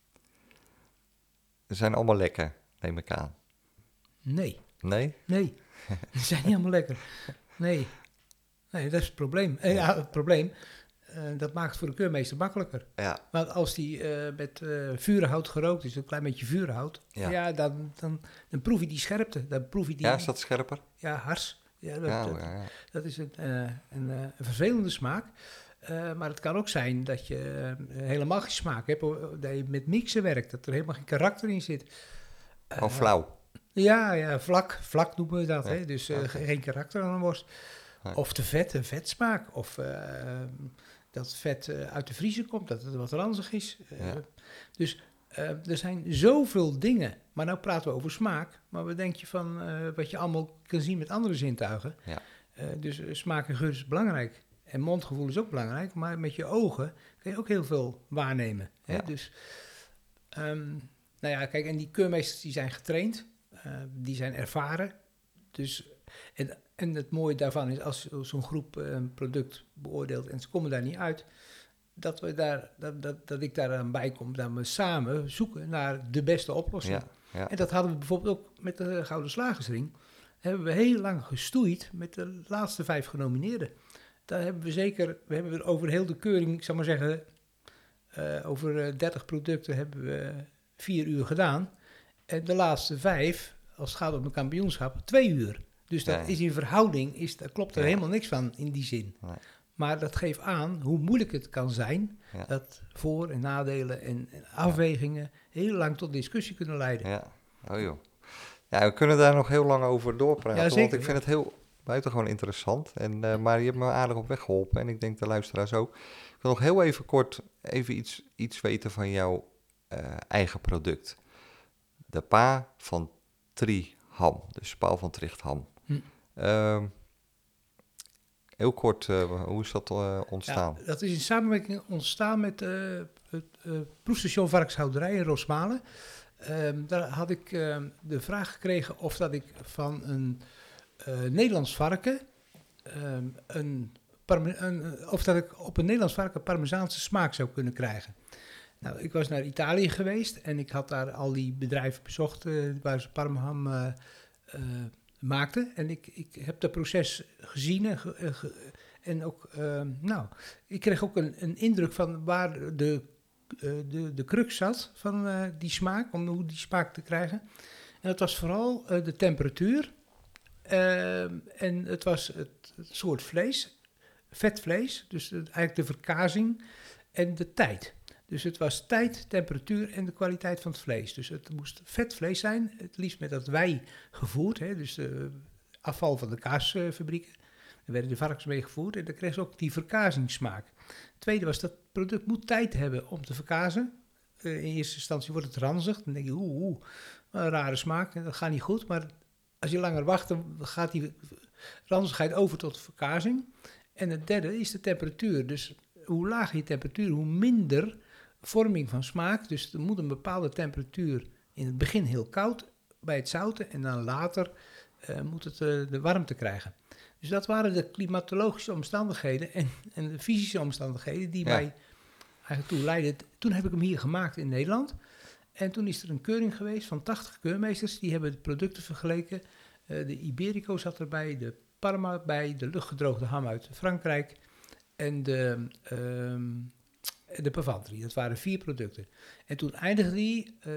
Ze zijn allemaal lekker, neem ik aan. Nee. Nee? Nee, die zijn niet helemaal lekker. Nee, nee dat is het probleem. Eh, ja, het probleem, uh, dat maakt het voor de keurmeester makkelijker. Ja. Want als die uh, met uh, vurenhout gerookt is, een klein beetje vurenhout, ja. ja dan, dan, dan proef je die scherpte. Dan proef je die, ja, is dat scherper? Ja, hars. Ja, dat, ja, dat, ja, ja. dat is een, uh, een, uh, een vervelende smaak. Uh, maar het kan ook zijn dat je uh, helemaal geen smaak hebt, dat je met mixen werkt, dat er helemaal geen karakter in zit. Gewoon uh, flauw. Ja, ja, vlak, vlak noemen we dat. Ja. Hè? Dus uh, okay. geen karakter aan een worst. Nee. Of te vet, een vetsmaak. Of uh, dat vet uh, uit de vriezer komt, dat het wat ranzig is. Uh, ja. Dus uh, er zijn zoveel dingen. Maar nou praten we over smaak. Maar wat denk je van uh, wat je allemaal kan zien met andere zintuigen? Ja. Uh, dus uh, smaak en geur is belangrijk. En mondgevoel is ook belangrijk. Maar met je ogen kun je ook heel veel waarnemen. Hè? Ja. Dus, um, nou ja, kijk, en die keurmeesters die zijn getraind. Uh, die zijn ervaren. Dus, en, en het mooie daarvan is, als zo'n groep uh, een product beoordeelt en ze komen daar niet uit, dat, we daar, dat, dat, dat ik daar aan bij kom, dat we samen zoeken naar de beste oplossing. Ja, ja. En dat hadden we bijvoorbeeld ook met de Gouden Slagersring. Hebben we heel lang gestoeid met de laatste vijf genomineerden. Daar hebben we zeker, we hebben er over heel de keuring, ik zou maar zeggen, uh, over uh, dertig producten hebben we vier uur gedaan. En de laatste vijf, als het gaat om een kampioenschap, twee uur. Dus dat nee. is in verhouding, is, daar klopt er ja. helemaal niks van in die zin. Nee. Maar dat geeft aan hoe moeilijk het kan zijn, ja. dat voor- en nadelen en, en afwegingen heel lang tot discussie kunnen leiden. Ja, oh joh. Ja, we kunnen daar nog heel lang over doorpraten, ja, zeker, want ik vind ja. het heel buitengewoon interessant. En, uh, maar je hebt me aardig op weg geholpen en ik denk de luisteraars ook. Ik wil nog heel even kort even iets, iets weten van jouw uh, eigen product. De Pa van Tri ham, dus Paul van Tricht ham. Hm. Uh, heel kort, uh, hoe is dat uh, ontstaan? Ja, dat is in samenwerking ontstaan met uh, het uh, proefstation Varkenshouderij in Rosmalen. Uh, daar had ik uh, de vraag gekregen of dat ik van een uh, Nederlands varken, uh, een parme- een, of dat ik op een Nederlands varken Parmezaanse smaak zou kunnen krijgen. Nou, ik was naar Italië geweest en ik had daar al die bedrijven bezocht uh, waar ze parmaham uh, uh, maakten. En ik, ik heb dat proces gezien en, ge, uh, ge, en ook, uh, nou, ik kreeg ook een, een indruk van waar de, uh, de, de crux zat van uh, die smaak, om hoe die smaak te krijgen. En dat was vooral uh, de temperatuur uh, en het was het, het soort vlees, vetvlees, dus de, eigenlijk de verkazing en de tijd. Dus het was tijd, temperatuur en de kwaliteit van het vlees. Dus het moest vet vlees zijn, het liefst met dat wei gevoerd. Hè, dus de afval van de kaasfabrieken. Daar werden de varkens mee gevoerd en dan kreeg ze ook die verkazingssmaak. Het tweede was dat het product moet tijd hebben om te verkazen. Uh, in eerste instantie wordt het ranzig. Dan denk je, oeh, oeh, een rare smaak, dat gaat niet goed. Maar als je langer wacht, dan gaat die ranzigheid over tot verkazing. En het derde is de temperatuur. Dus hoe lager je temperatuur, hoe minder vorming van smaak. Dus er moet een bepaalde temperatuur in het begin heel koud bij het zouten en dan later uh, moet het uh, de warmte krijgen. Dus dat waren de klimatologische omstandigheden en, en de fysische omstandigheden die ja. mij eigenlijk toe leidden. Toen heb ik hem hier gemaakt in Nederland. En toen is er een keuring geweest van tachtig keurmeesters. Die hebben de producten vergeleken. Uh, de Iberico zat erbij, de Parma bij, de luchtgedroogde ham uit Frankrijk en de... Um, de Pavantri, dat waren vier producten. En toen eindigde die uh,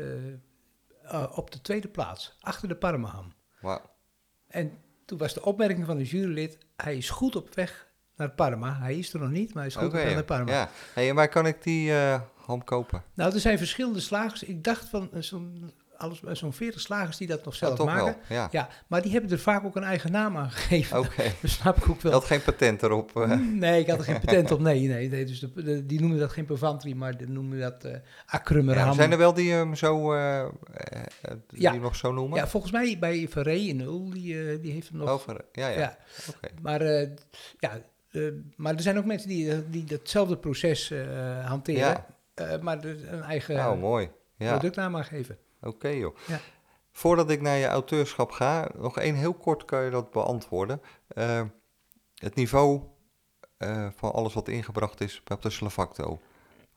uh, op de tweede plaats, achter de Parmaham. Wow. En toen was de opmerking van de jurylid, hij is goed op weg naar Parma. Hij is er nog niet, maar hij is goed okay, op weg naar Parma. Ja. Hey, en waar kan ik die uh, ham kopen? Nou, er zijn verschillende slagers. Ik dacht van uh, zo'n, alles, uh, zo'n veertig slagers die dat nog zelf oh, maken. Wel, ja. ja, maar die hebben er vaak ook een eigen naam aan gegeven. Oké. Okay. Dat snap ik ook wel. Je had geen patent erop? Uh. Nee, ik had er geen patent op. Nee, nee, nee. Dus de, de, die noemen dat geen Pavantri, maar die noemen dat uh, Akrummer ham. Ja, zijn er wel die hem um, zo, uh, uh, die ja. nog zo noemen? Ja, volgens mij bij Verree in Ul, die, uh, die heeft hem nog. Oh, Verree. Ja, ja. ja. Okay. Maar, uh, ja, uh, maar er zijn ook mensen die, die datzelfde proces uh, hanteren, ja. uh, maar er een eigen oh, mooi. Ja. productnaam aan geven. Oké, okay, joh. Ja. Voordat ik naar je auteurschap ga, nog één heel kort kan je dat beantwoorden. Uh, het niveau uh, van alles wat ingebracht is op de Slavacto.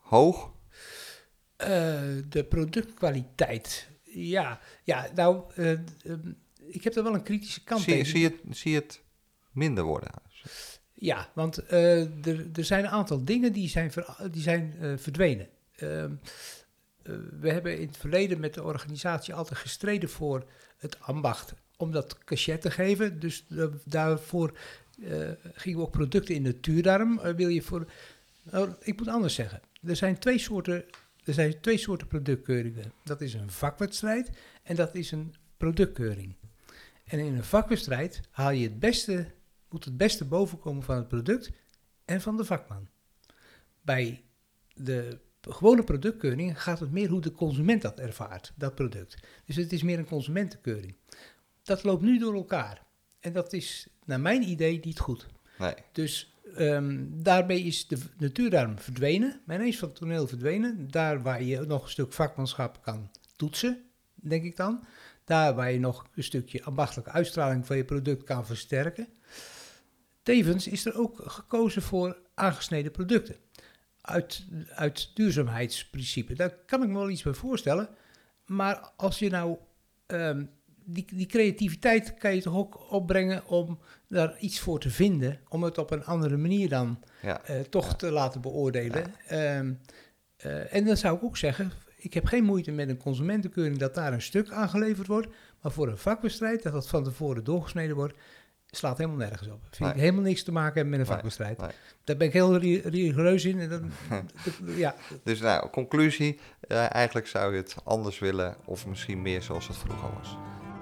hoog? Uh, de productkwaliteit. Ja, ja nou, uh, uh, ik heb er wel een kritische kant zie, tegen. Zie je, zie je het minder worden? Ja, want uh, er, er zijn een aantal dingen die zijn, ver, die zijn uh, verdwenen. Uh, uh, we hebben in het verleden met de organisatie altijd gestreden voor het ambacht. Om dat cachet te geven. Dus uh, daarvoor uh, gingen we ook producten in natuurdarm. Uh, wil je voor, uh, ik moet anders zeggen. Er zijn twee soorten, er zijn twee soorten productkeuringen. Dat is een vakwedstrijd en dat is een productkeuring. En in een vakwedstrijd haal je het beste, moet het beste bovenkomen van het product en van de vakman. Bij de gewone productkeuring gaat het meer hoe de consument dat ervaart, dat product. Dus het is meer een consumentenkeuring. Dat loopt nu door elkaar. En dat is naar mijn idee niet goed. Nee. Dus um, daarmee is de natuurdarm verdwenen. Men is van het toneel verdwenen. Daar waar je nog een stuk vakmanschap kan toetsen, denk ik dan. Daar waar je nog een stukje ambachtelijke uitstraling van je product kan versterken. Tevens is er ook gekozen voor aangesneden producten. Uit, uit duurzaamheidsprincipe. Daar kan ik me wel iets bij voorstellen. Maar als je nou... Um, die, die creativiteit kan je toch ook opbrengen om daar iets voor te vinden. Om het op een andere manier dan ja. uh, toch ja. te laten beoordelen. Ja. Um, uh, en dan zou ik ook zeggen... Ik heb geen moeite met een consumentenkeuring dat daar een stuk aangeleverd wordt. Maar voor een vakwedstrijd, dat dat van tevoren doorgesneden wordt, slaat helemaal nergens op. Vind nee. ik helemaal niks te maken hebben met een nee, vakwedstrijd. Nee. Daar ben ik heel rigoureus in. En dan, ja. Dus nou, conclusie. Uh, eigenlijk zou je het anders willen of misschien meer zoals het vroeger was.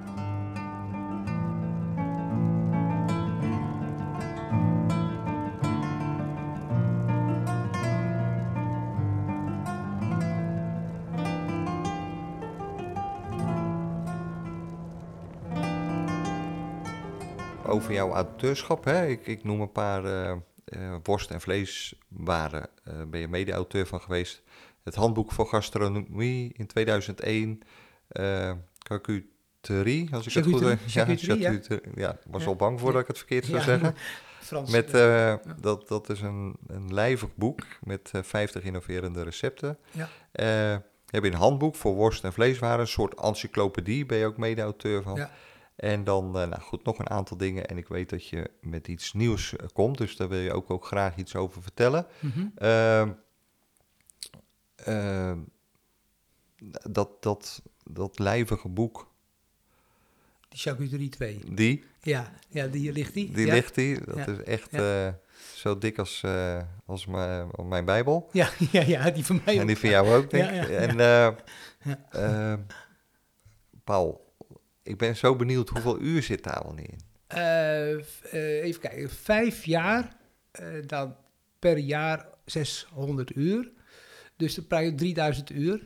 Over jouw auteurschap, hè? Ik, ik noem een paar uh, uh, worst- en vleeswaren. Uh, ben je mede-auteur van geweest. Het handboek voor gastronomie in tweeduizend één. Uh, charcuterie, als ik het goed heb. Ja, charcuterie, ja. ja, ik was ja. al bang voor ja. dat ik het verkeerd zou ja, zeggen. Frans, met, uh, ja. dat, dat is een, een lijvig boek met uh, vijftig innoverende recepten. Ja. Uh, heb je een handboek voor worst- en vleeswaren. Een soort encyclopedie, ben je ook mede-auteur van. Ja. En dan, uh, nou goed, nog een aantal dingen. En ik weet dat je met iets nieuws uh, komt, dus daar wil je ook, ook graag iets over vertellen. Mm-hmm. Uh, uh, dat, dat, dat lijvige boek. Die Charcuterie twee. Die? Ja, ja die ligt die. Die ja. ligt die. Dat ja. is echt ja. uh, zo dik als, uh, als mijn, mijn Bijbel. Ja, ja, ja, die van mij ook. En die van jou ook, denk ik. Ja, ja, en uh, ja. Uh, Paul... Ik ben zo benieuwd, hoeveel uur zit daar al in? Uh, uh, even kijken, vijf jaar, uh, dan per jaar zeshonderd uur. Dus dan praat je drieduizend uur.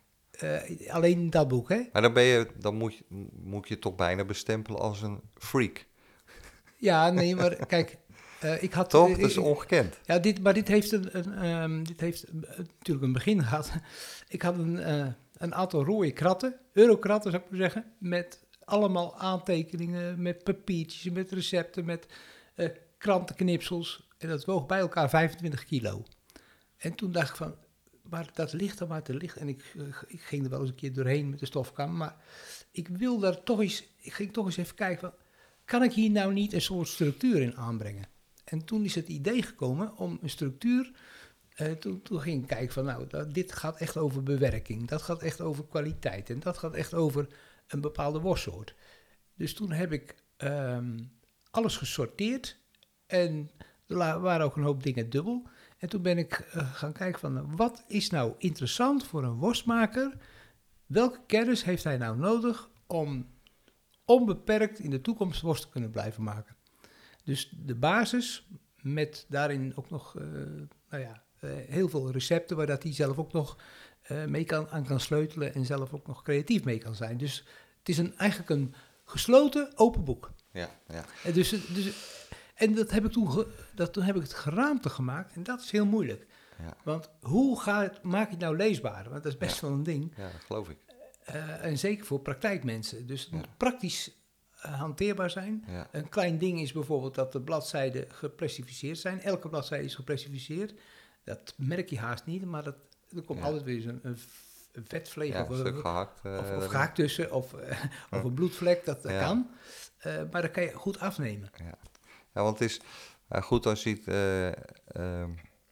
Uh, alleen dat boek, hè? Maar dan, ben je, dan moet, je, moet je toch bijna bestempelen als een freak. Ja, nee, maar kijk... Uh, ik had, toch? Dat is ongekend. Ja, dit, maar dit heeft, een, een, um, dit heeft uh, natuurlijk een begin gehad. Ik had een, uh, een aantal rode kratten, eurokratten zou ik maar zeggen, met... allemaal aantekeningen met papiertjes, met recepten, met uh, krantenknipsels. En dat woog bij elkaar vijfentwintig kilo. En toen dacht ik van, maar dat ligt er maar te licht. En ik, uh, ik ging er wel eens een keer doorheen met de stofkam. Maar ik wil daar toch eens, ik ging toch eens even kijken van, kan ik hier nou niet een soort structuur in aanbrengen? En toen is het idee gekomen om een structuur... Uh, toen, toen ging ik kijken van, nou, dat, dit gaat echt over bewerking. Dat gaat echt over kwaliteit. En dat gaat echt over... een bepaalde worstsoort. Dus toen heb ik um, alles gesorteerd en er waren ook een hoop dingen dubbel. En toen ben ik uh, gaan kijken van, wat is nou interessant voor een worstmaker? Welke kennis heeft hij nou nodig om onbeperkt in de toekomst worst te kunnen blijven maken? Dus de basis met daarin ook nog uh, nou ja, uh, heel veel recepten waar dat hij zelf ook nog uh, mee kan, aan kan sleutelen en zelf ook nog creatief mee kan zijn. Dus het is een, eigenlijk een gesloten, open boek. Ja, ja. En, dus, dus, en dat heb ik toen, ge, dat, toen heb ik het geraamte gemaakt en dat is heel moeilijk. Ja. Want hoe ga het, maak je het nou leesbaar? Want dat is best ja. wel een ding. Ja, dat geloof ik. Uh, en zeker voor praktijkmensen. Dus het ja. moet praktisch uh, hanteerbaar zijn. Ja. Een klein ding is bijvoorbeeld dat de bladzijden geplastificeerd zijn. Elke bladzijde is geplastificeerd. Dat merk je haast niet, maar dat er komt Ja. altijd weer een, een, een vetvleeg Ja, of, een stuk gehakt. Uh, of, of gehakt tussen, of, uh, of een bloedvlek, dat, dat Ja. kan. Uh, maar dat kan je goed afnemen. Ja, ja want het is uh, goed als je het... Uh, uh,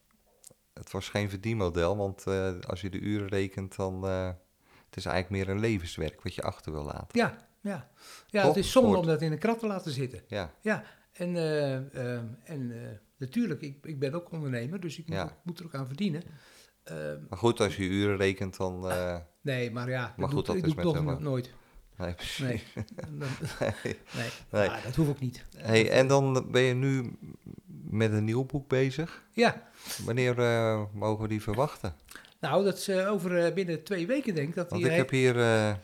het was geen verdienmodel, want uh, als je de uren rekent, dan... Uh, het is eigenlijk meer een levenswerk wat je achter wil laten. Ja, ja. ja Toch? Het is zonde Soort. om dat in een krat te laten zitten. Ja. Ja, en, uh, uh, en uh, natuurlijk, ik, ik ben ook ondernemer, dus ik ja. moet, moet er ook aan verdienen. Uh, maar goed, als je uren rekent, dan... Uh, nee, maar ja, dat maar doe, goed, dat ik is doe met nog hem, nooit. Nee, precies. Nee, nee. nee. nee. Ah, dat hoef ik niet. Hey, en dan ben je nu met een nieuw boek bezig? Ja. Wanneer uh, mogen we die verwachten? Nou, dat is uh, over uh, binnen twee weken, denk ik. Dat Want die ik heb hier... Uh,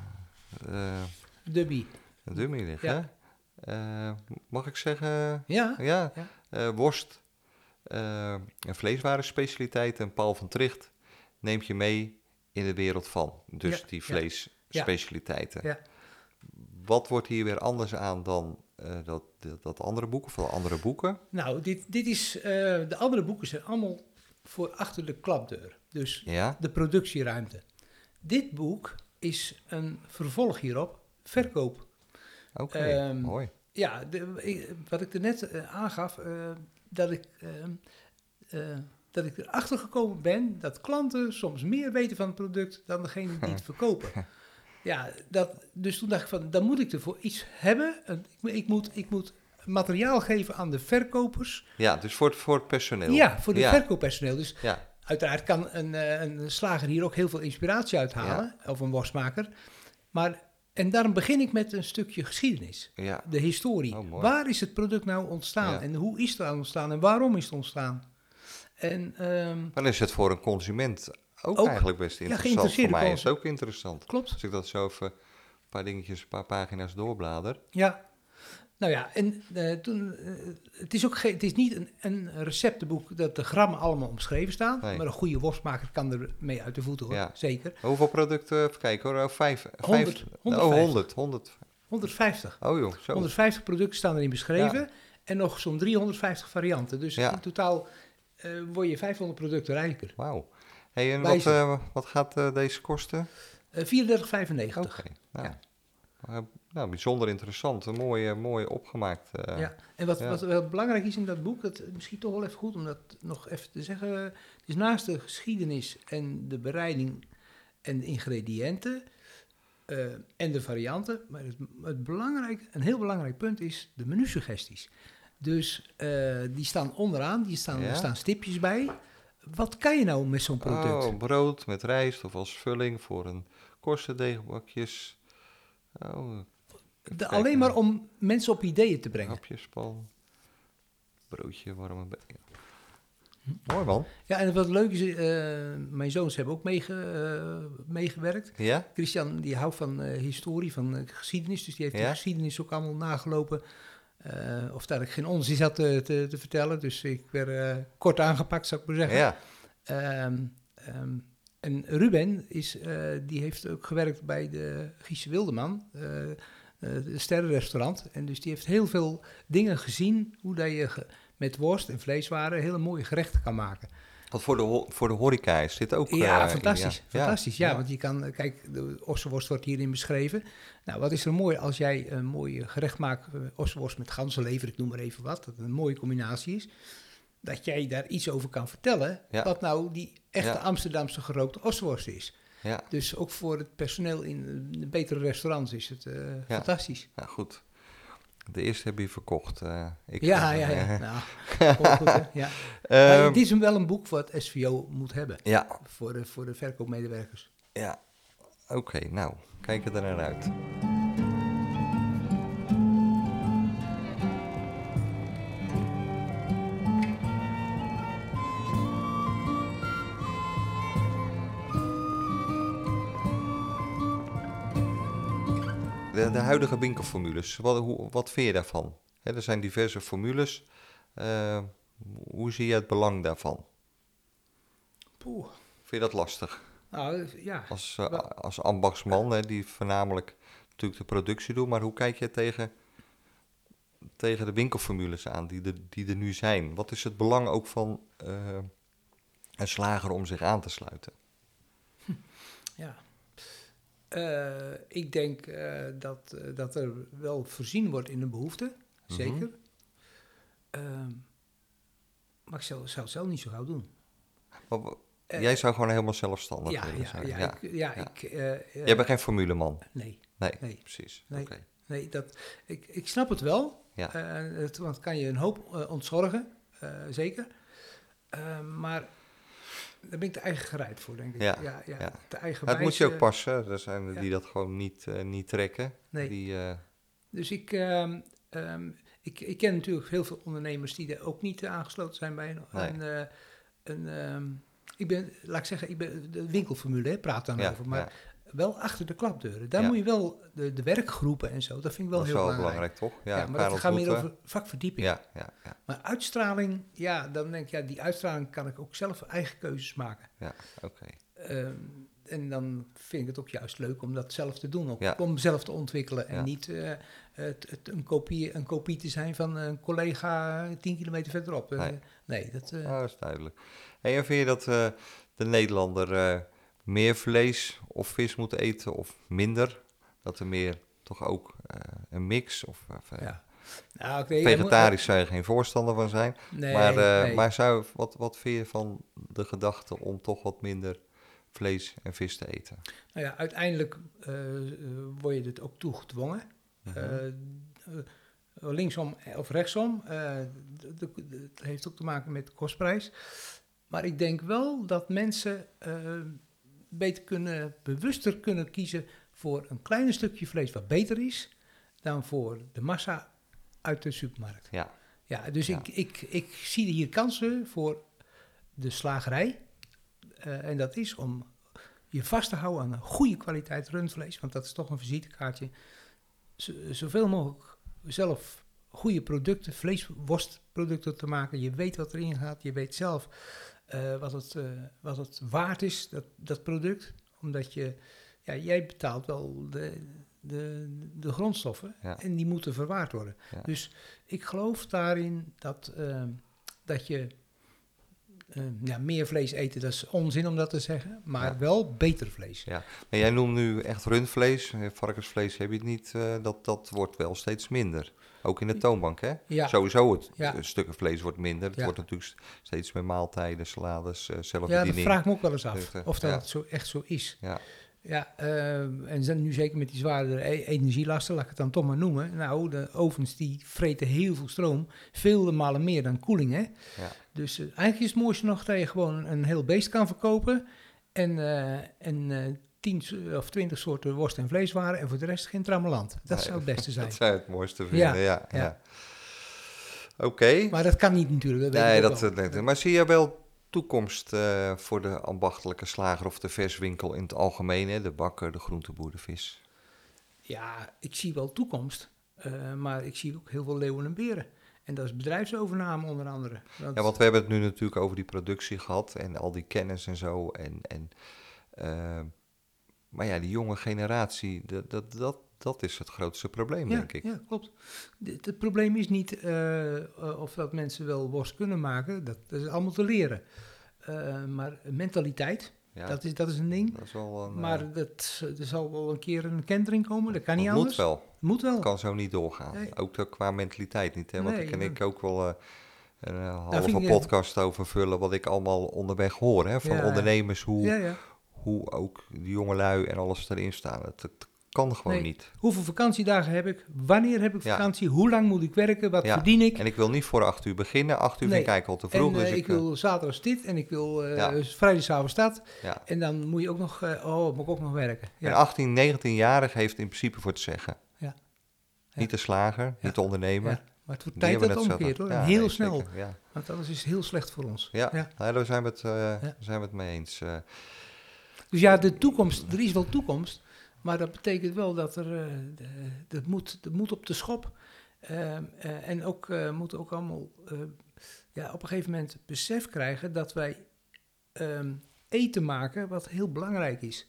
uh, Dubby. Een dummy liggen, ja. uh, mag ik zeggen? Ja. Ja, ja. Uh, worst, uh, een vleeswarenspecialiteit en Paul van Tricht neemt je mee in de wereld van. Dus ja. die vleesspecialiteiten. Ja. Ja. Wat wordt hier weer anders aan dan uh, dat, dat, dat andere boek of de andere boeken? Nou, dit, dit is, uh, de andere boeken zijn allemaal voor achter de klapdeur. Dus ja? de productieruimte. Dit boek is een vervolg hierop, verkoop. Oké, okay, um, mooi. Ja, de, ik, wat ik er net uh, aangaf, uh, dat ik... Uh, uh, dat ik erachter gekomen ben dat klanten soms meer weten van het product dan degene die het verkopen. Ja, dat, dus toen dacht ik van, dan moet ik ervoor iets hebben. Ik, ik, moet, ik moet materiaal geven aan de verkopers. Ja, dus voor het, voor het personeel. Ja, voor het ja. verkooppersoneel. Dus ja. uiteraard kan een, een slager hier ook heel veel inspiratie uithalen, ja. of een worstmaker. Maar, en daarom begin ik met een stukje geschiedenis, ja. de historie. Oh, waar is het product nou ontstaan ja. en hoe is het aan ontstaan en waarom is het ontstaan? En, um, dan is het voor een consument ook, ook eigenlijk best interessant. Ja, voor mij is het ook interessant. Klopt. Als ik dat zo even een paar dingetjes, een paar pagina's doorblader. Ja, nou ja, en uh, toen, uh, het is ook geen, het is niet een, een receptenboek dat de grammen allemaal omschreven staan, nee. Maar een goede worstmaker kan er mee uit de voeten, hoor. Ja. Zeker. Hoeveel producten, even kijken hoor, vijf, honderd, vijf, honderdvijftig. Oh, honderd, honderd. honderdvijftig. Oh joh, zo. honderdvijftig producten staan erin beschreven ja. En nog zo'n driehonderdvijftig varianten. Dus ja. in totaal uh, word je vijfhonderd producten rijker. Wauw. Hey, en wat, uh, wat gaat uh, deze kosten? Uh, vierendertig vijfennegentig. Oké, okay, nou. Ja. Uh, nou, bijzonder interessant. Een mooie, mooie opgemaakt. Uh, ja, en wat, ja. wat wel belangrijk is in dat boek, dat misschien toch wel even goed om dat nog even te zeggen. Het is naast de geschiedenis en de bereiding en de ingrediënten uh, en de varianten, maar het, het belangrijk, een heel belangrijk punt is de menusuggesties. Dus uh, die staan onderaan, die staan, ja? er staan stipjes bij. Wat kan je nou met zo'n product? Oh, brood met rijst of als vulling voor een korstendeegbakjes. Oh, de, alleen maar om mensen op ideeën te brengen. Hapjes, pal. Broodje, warme be- ja. hm. Mooi man. Ja, en wat leuk is, uh, mijn zoons hebben ook meege, uh, meegewerkt. Ja? Christian, die houdt van uh, historie, van uh, geschiedenis, dus die heeft ja? de geschiedenis ook allemaal nagelopen. Uh, of dat ik geen onzin zat te, te, te vertellen, dus ik werd uh, kort aangepakt, zou ik maar zeggen. Ja. Um, um, en Ruben, is, uh, die heeft ook gewerkt bij de Giese Wildeman, uh, uh, het sterrenrestaurant. En dus die heeft heel veel dingen gezien, hoe dat je ge- met worst en vleeswaren hele mooie gerechten kan maken. Want voor de, ho- voor de horeca is dit ook... Ja, uh, fantastisch. Ja. fantastisch. Ja, Ja. want je kan, kijk, de ossenworst wordt hierin beschreven. Nou, wat is er mooi als jij een mooi gerecht maakt, uh, ossenworst met ganzenlever, ik noem maar even wat, dat een mooie combinatie is. Dat jij daar iets over kan vertellen, ja. wat nou die echte ja. Amsterdamse gerookte ossenworst is. Ja. Dus ook voor het personeel in de betere restaurants is het uh, ja. fantastisch. Ja, goed. De eerste heb je verkocht. Uh, ik ja, ja, ja. Nou, goed, hè? Ja. Um, dit is wel een boek wat S V O moet hebben. Ja. Voor de, voor de verkoopmedewerkers. Ja, oké. Okay, nou, kijk er naar uit. De, de huidige winkelformules, wat, hoe, wat vind je daarvan? He, er zijn diverse formules. Uh, hoe zie je het belang daarvan? Poeh. Vind je dat lastig? Nou, ja. Als, uh, als ambachtsman, he, die voornamelijk natuurlijk de productie doet. Maar hoe kijk je tegen, tegen de winkelformules aan die, de, die er nu zijn? Wat is het belang ook van, uh, een slager om zich aan te sluiten? Ja. Uh, ik denk uh, dat, uh, dat er wel voorzien wordt in de behoefte, zeker. Mm-hmm. Uh, maar ik zou, zou het zelf niet zo gauw doen. Maar, jij uh, zou gewoon helemaal zelfstandig ja, willen ja, zijn? Ja, ja, ik, ja, ja. ik... Uh, uh, jij bent geen formuleman? Nee. Nee, nee precies. Nee, okay. nee dat, ik, ik snap het wel, ja. uh, het, want het kan je een hoop uh, ontzorgen, uh, zeker. Uh, maar... Daar ben ik te eigen gereid voor, denk ik. Ja, ja, ja, ja. te eigen Dat wijze, moet je ook passen. Er zijn er ja. die dat gewoon niet, uh, niet trekken. Nee. Die, uh... Dus ik, um, um, ik, ik ken natuurlijk heel veel ondernemers die er ook niet uh, aangesloten zijn bij een... Nee. een, uh, een um, ik ben, laat ik zeggen, ik ben de winkelformule, hè, praat dan ja, over. Maar ja. wel achter de klapdeuren. Daar ja. moet je wel de, de werkgroepen en zo, dat vind ik wel dat heel is wel belangrijk. belangrijk, toch? Ja, ja maar dat gaat meer over vakverdieping. Ja, ja, ja. Maar uitstraling, ja, dan denk ik, ja, die uitstraling kan ik ook zelf eigen keuzes maken. Ja, oké. Okay. Um, en dan vind ik het ook juist leuk om dat zelf te doen, ook, ja. om zelf te ontwikkelen. En ja. niet uh, het, het een, kopie, een kopie te zijn van een collega tien kilometer verderop. Nee, uh, nee dat, uh, oh, dat is duidelijk. Hey, en vind je dat uh, de Nederlander uh, meer vlees of vis moet eten of minder? Dat er meer toch ook uh, een mix of... Uh, ja. Nou, okay, vegetarisch moet, zou je geen voorstander van zijn. Nee, maar uh, nee. maar zou, wat, wat vind je van de gedachte om toch wat minder vlees en vis te eten? Nou ja, uiteindelijk uh, uh, word je het ook toegedwongen. Mm-hmm. Uh, uh, linksom of rechtsom. Uh, dat heeft ook te maken met de kostprijs. Maar ik denk wel dat mensen uh, beter kunnen, bewuster kunnen kiezen voor een klein stukje vlees wat beter is dan voor de massa uit de supermarkt. Ja. Ja, dus ja. Ik, ik, ik zie hier kansen voor de slagerij. Uh, en dat is om je vast te houden aan een goede kwaliteit rundvlees. Want dat is toch een visitekaartje. Z- zoveel mogelijk zelf goede producten, vleesworstproducten te maken. Je weet wat erin gaat. Je weet zelf uh, wat, het, uh, wat het waard is, dat, dat product. Omdat je, ja, jij betaalt wel de... De, de grondstoffen ja. en die moeten verwaard worden. Ja. Dus ik geloof daarin dat, uh, dat je uh, ja, meer vlees eten, dat is onzin om dat te zeggen, maar ja. wel beter vlees. Ja, maar jij noemt nu echt rundvlees, varkensvlees heb je het niet, uh, dat, dat wordt wel steeds minder. Ook in de toonbank, hè? Ja. Sowieso, het ja. stukken vlees wordt minder. Het ja. wordt natuurlijk steeds meer maaltijden, salades, uh, Ja, zelfbediening. dat vraag ik me ook wel eens af, dus, uh, of dat ja. het zo, echt zo is. Ja. Ja, uh, en nu zeker met die zwaardere e- energielasten, laat ik het dan toch maar noemen. Nou, de ovens die vreten heel veel stroom, vele malen meer dan koeling, hè. Ja. Dus uh, eigenlijk is het mooiste nog dat je gewoon een heel beest kan verkopen en, uh, en uh, tien of twintig soorten worst- en vleeswaren en voor de rest geen trammeland. Dat nee, zou het beste zijn. Dat zou het mooiste vinden, ja. ja, ja. ja. Oké. Okay. Maar dat kan niet natuurlijk, dat weet nee, ik dat, ook wel. dat, maar zie je wel toekomst uh, voor de ambachtelijke slager of de verswinkel in het algemeen, hè? De bakker, de groenteboer, de vis? Ja, ik zie wel toekomst, uh, maar ik zie ook heel veel leeuwen en beren. En dat is bedrijfsovername onder andere. Want... Ja, want we hebben het nu natuurlijk over die productie gehad en al die kennis en zo. En, en, uh, maar ja, die jonge generatie, dat, dat, dat, dat is het grootste probleem, ja, denk ik. Ja, klopt. Het, het probleem is niet uh, of dat mensen wel worst kunnen maken, dat, dat is allemaal te leren. Uh, maar mentaliteit, ja, dat, is, dat is een ding. Dat is wel een, maar uh, dat, er zal wel een keer een kentering komen, dat kan niet dat anders. Moet wel. Moet wel. Het kan zo niet doorgaan. Nee. Ook qua mentaliteit niet. Hè? Want nee, daar kan ja. ik ook wel uh, een uh, nou, halve podcast over vullen, wat ik allemaal onderweg hoor. Hè? Van ja, ondernemers, hoe, ja, ja. hoe ook de jongelui en alles erin staan. Het, het kan gewoon nee. niet. Hoeveel vakantiedagen heb ik? Wanneer heb ik vakantie? Ja. Hoe lang moet ik werken? Wat ja. verdien ik? En ik wil niet voor acht uur beginnen. Acht uur nee. vind ik eigenlijk al te vroeg. En, uh, dus ik, ik wil zaterdags dit en ik wil uh, ja. vrijdagavond dat. Ja. En dan moet je ook nog, uh, oh, moet ik ook nog werken. Ja. En achttien, negentien-jarig heeft in principe voor het zeggen. Ja. Ja. Niet de slager, ja. niet de ondernemer. Ja. Maar het wordt tijd dat het omkeert hoor. Ja, heel nee, snel. Zeker, ja. Want anders is het heel slecht voor ons. Ja, ja. Nou, daar zijn we het, uh, ja. zijn we het mee eens. Uh, dus ja, de toekomst, er is wel toekomst. Maar dat betekent wel dat er, uh, de, dat moet, dat moet op de schop. Uh, uh, en ook uh, moeten ook allemaal uh, ja, op een gegeven moment besef krijgen dat wij um, eten maken wat heel belangrijk is.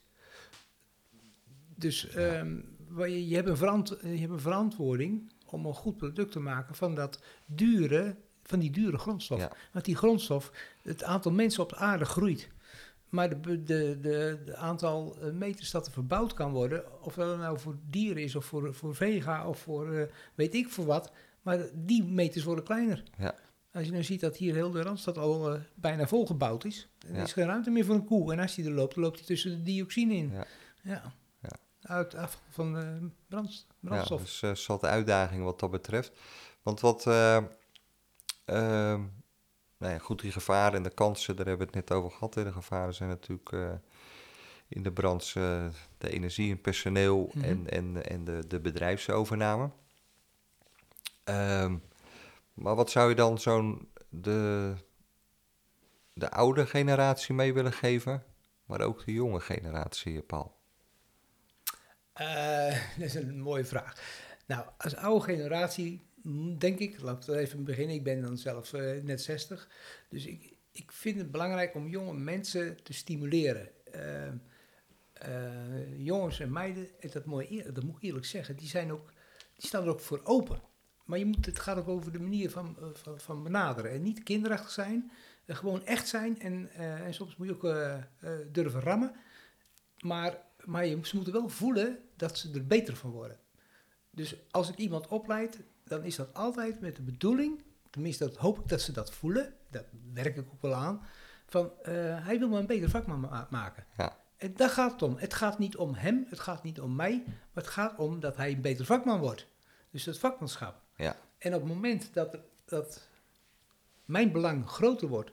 Dus um, je, je, hebt een verant, je hebt een verantwoording om een goed product te maken van dat dure, van die dure grondstof. Ja. Want die grondstof, het aantal mensen op de aarde groeit. Maar de, de, de, de aantal meters dat er verbouwd kan worden, of dat nou voor dieren is, of voor, voor vega, of voor uh, weet ik voor wat, maar die meters worden kleiner. Ja. Als je nu ziet dat hier heel de Randstad al uh, bijna volgebouwd is, dan Ja. is er geen ruimte meer voor een koe. En als die er loopt, dan loopt hij tussen de dioxine in. Ja. Ja. Ja. Uit afval van uh, brand, brandstof. Ja, dus uh, zat de uitdaging wat dat betreft. Want wat, uh, uh, nou ja, goed, die gevaren en de kansen, daar hebben we het net over gehad. Hè. De gevaren zijn natuurlijk uh, in de branche uh, de energie en personeel mm-hmm. en, en, en de, de bedrijfsovername. Um, maar wat zou je dan zo'n de, de oude generatie mee willen geven, maar ook de jonge generatie, Paul? Uh, dat is een mooie vraag. Nou, als oude generatie, denk ik, laten we even beginnen. Ik ben dan zelf uh, net zestig. Dus ik, ik vind het belangrijk om jonge mensen te stimuleren. Uh, uh, jongens en meiden, dat, mooi, dat moet ik eerlijk zeggen, die, zijn ook, die staan er ook voor open. Maar je moet, het gaat ook over de manier van, van, van benaderen. En niet kinderachtig zijn, uh, gewoon echt zijn. En, uh, en soms moet je ook uh, uh, durven rammen. Maar, maar je, ze moeten wel voelen dat ze er beter van worden. Dus als ik iemand opleid, dan is dat altijd met de bedoeling, tenminste dat hoop ik dat ze dat voelen, dat werk ik ook wel aan, van uh, hij wil me een beter vakman ma- maken. Ja. En daar gaat het om. Het gaat niet om hem, het gaat niet om mij, maar het gaat om dat hij een beter vakman wordt. Dus het vakmanschap. Ja. En op het moment dat, dat mijn belang groter wordt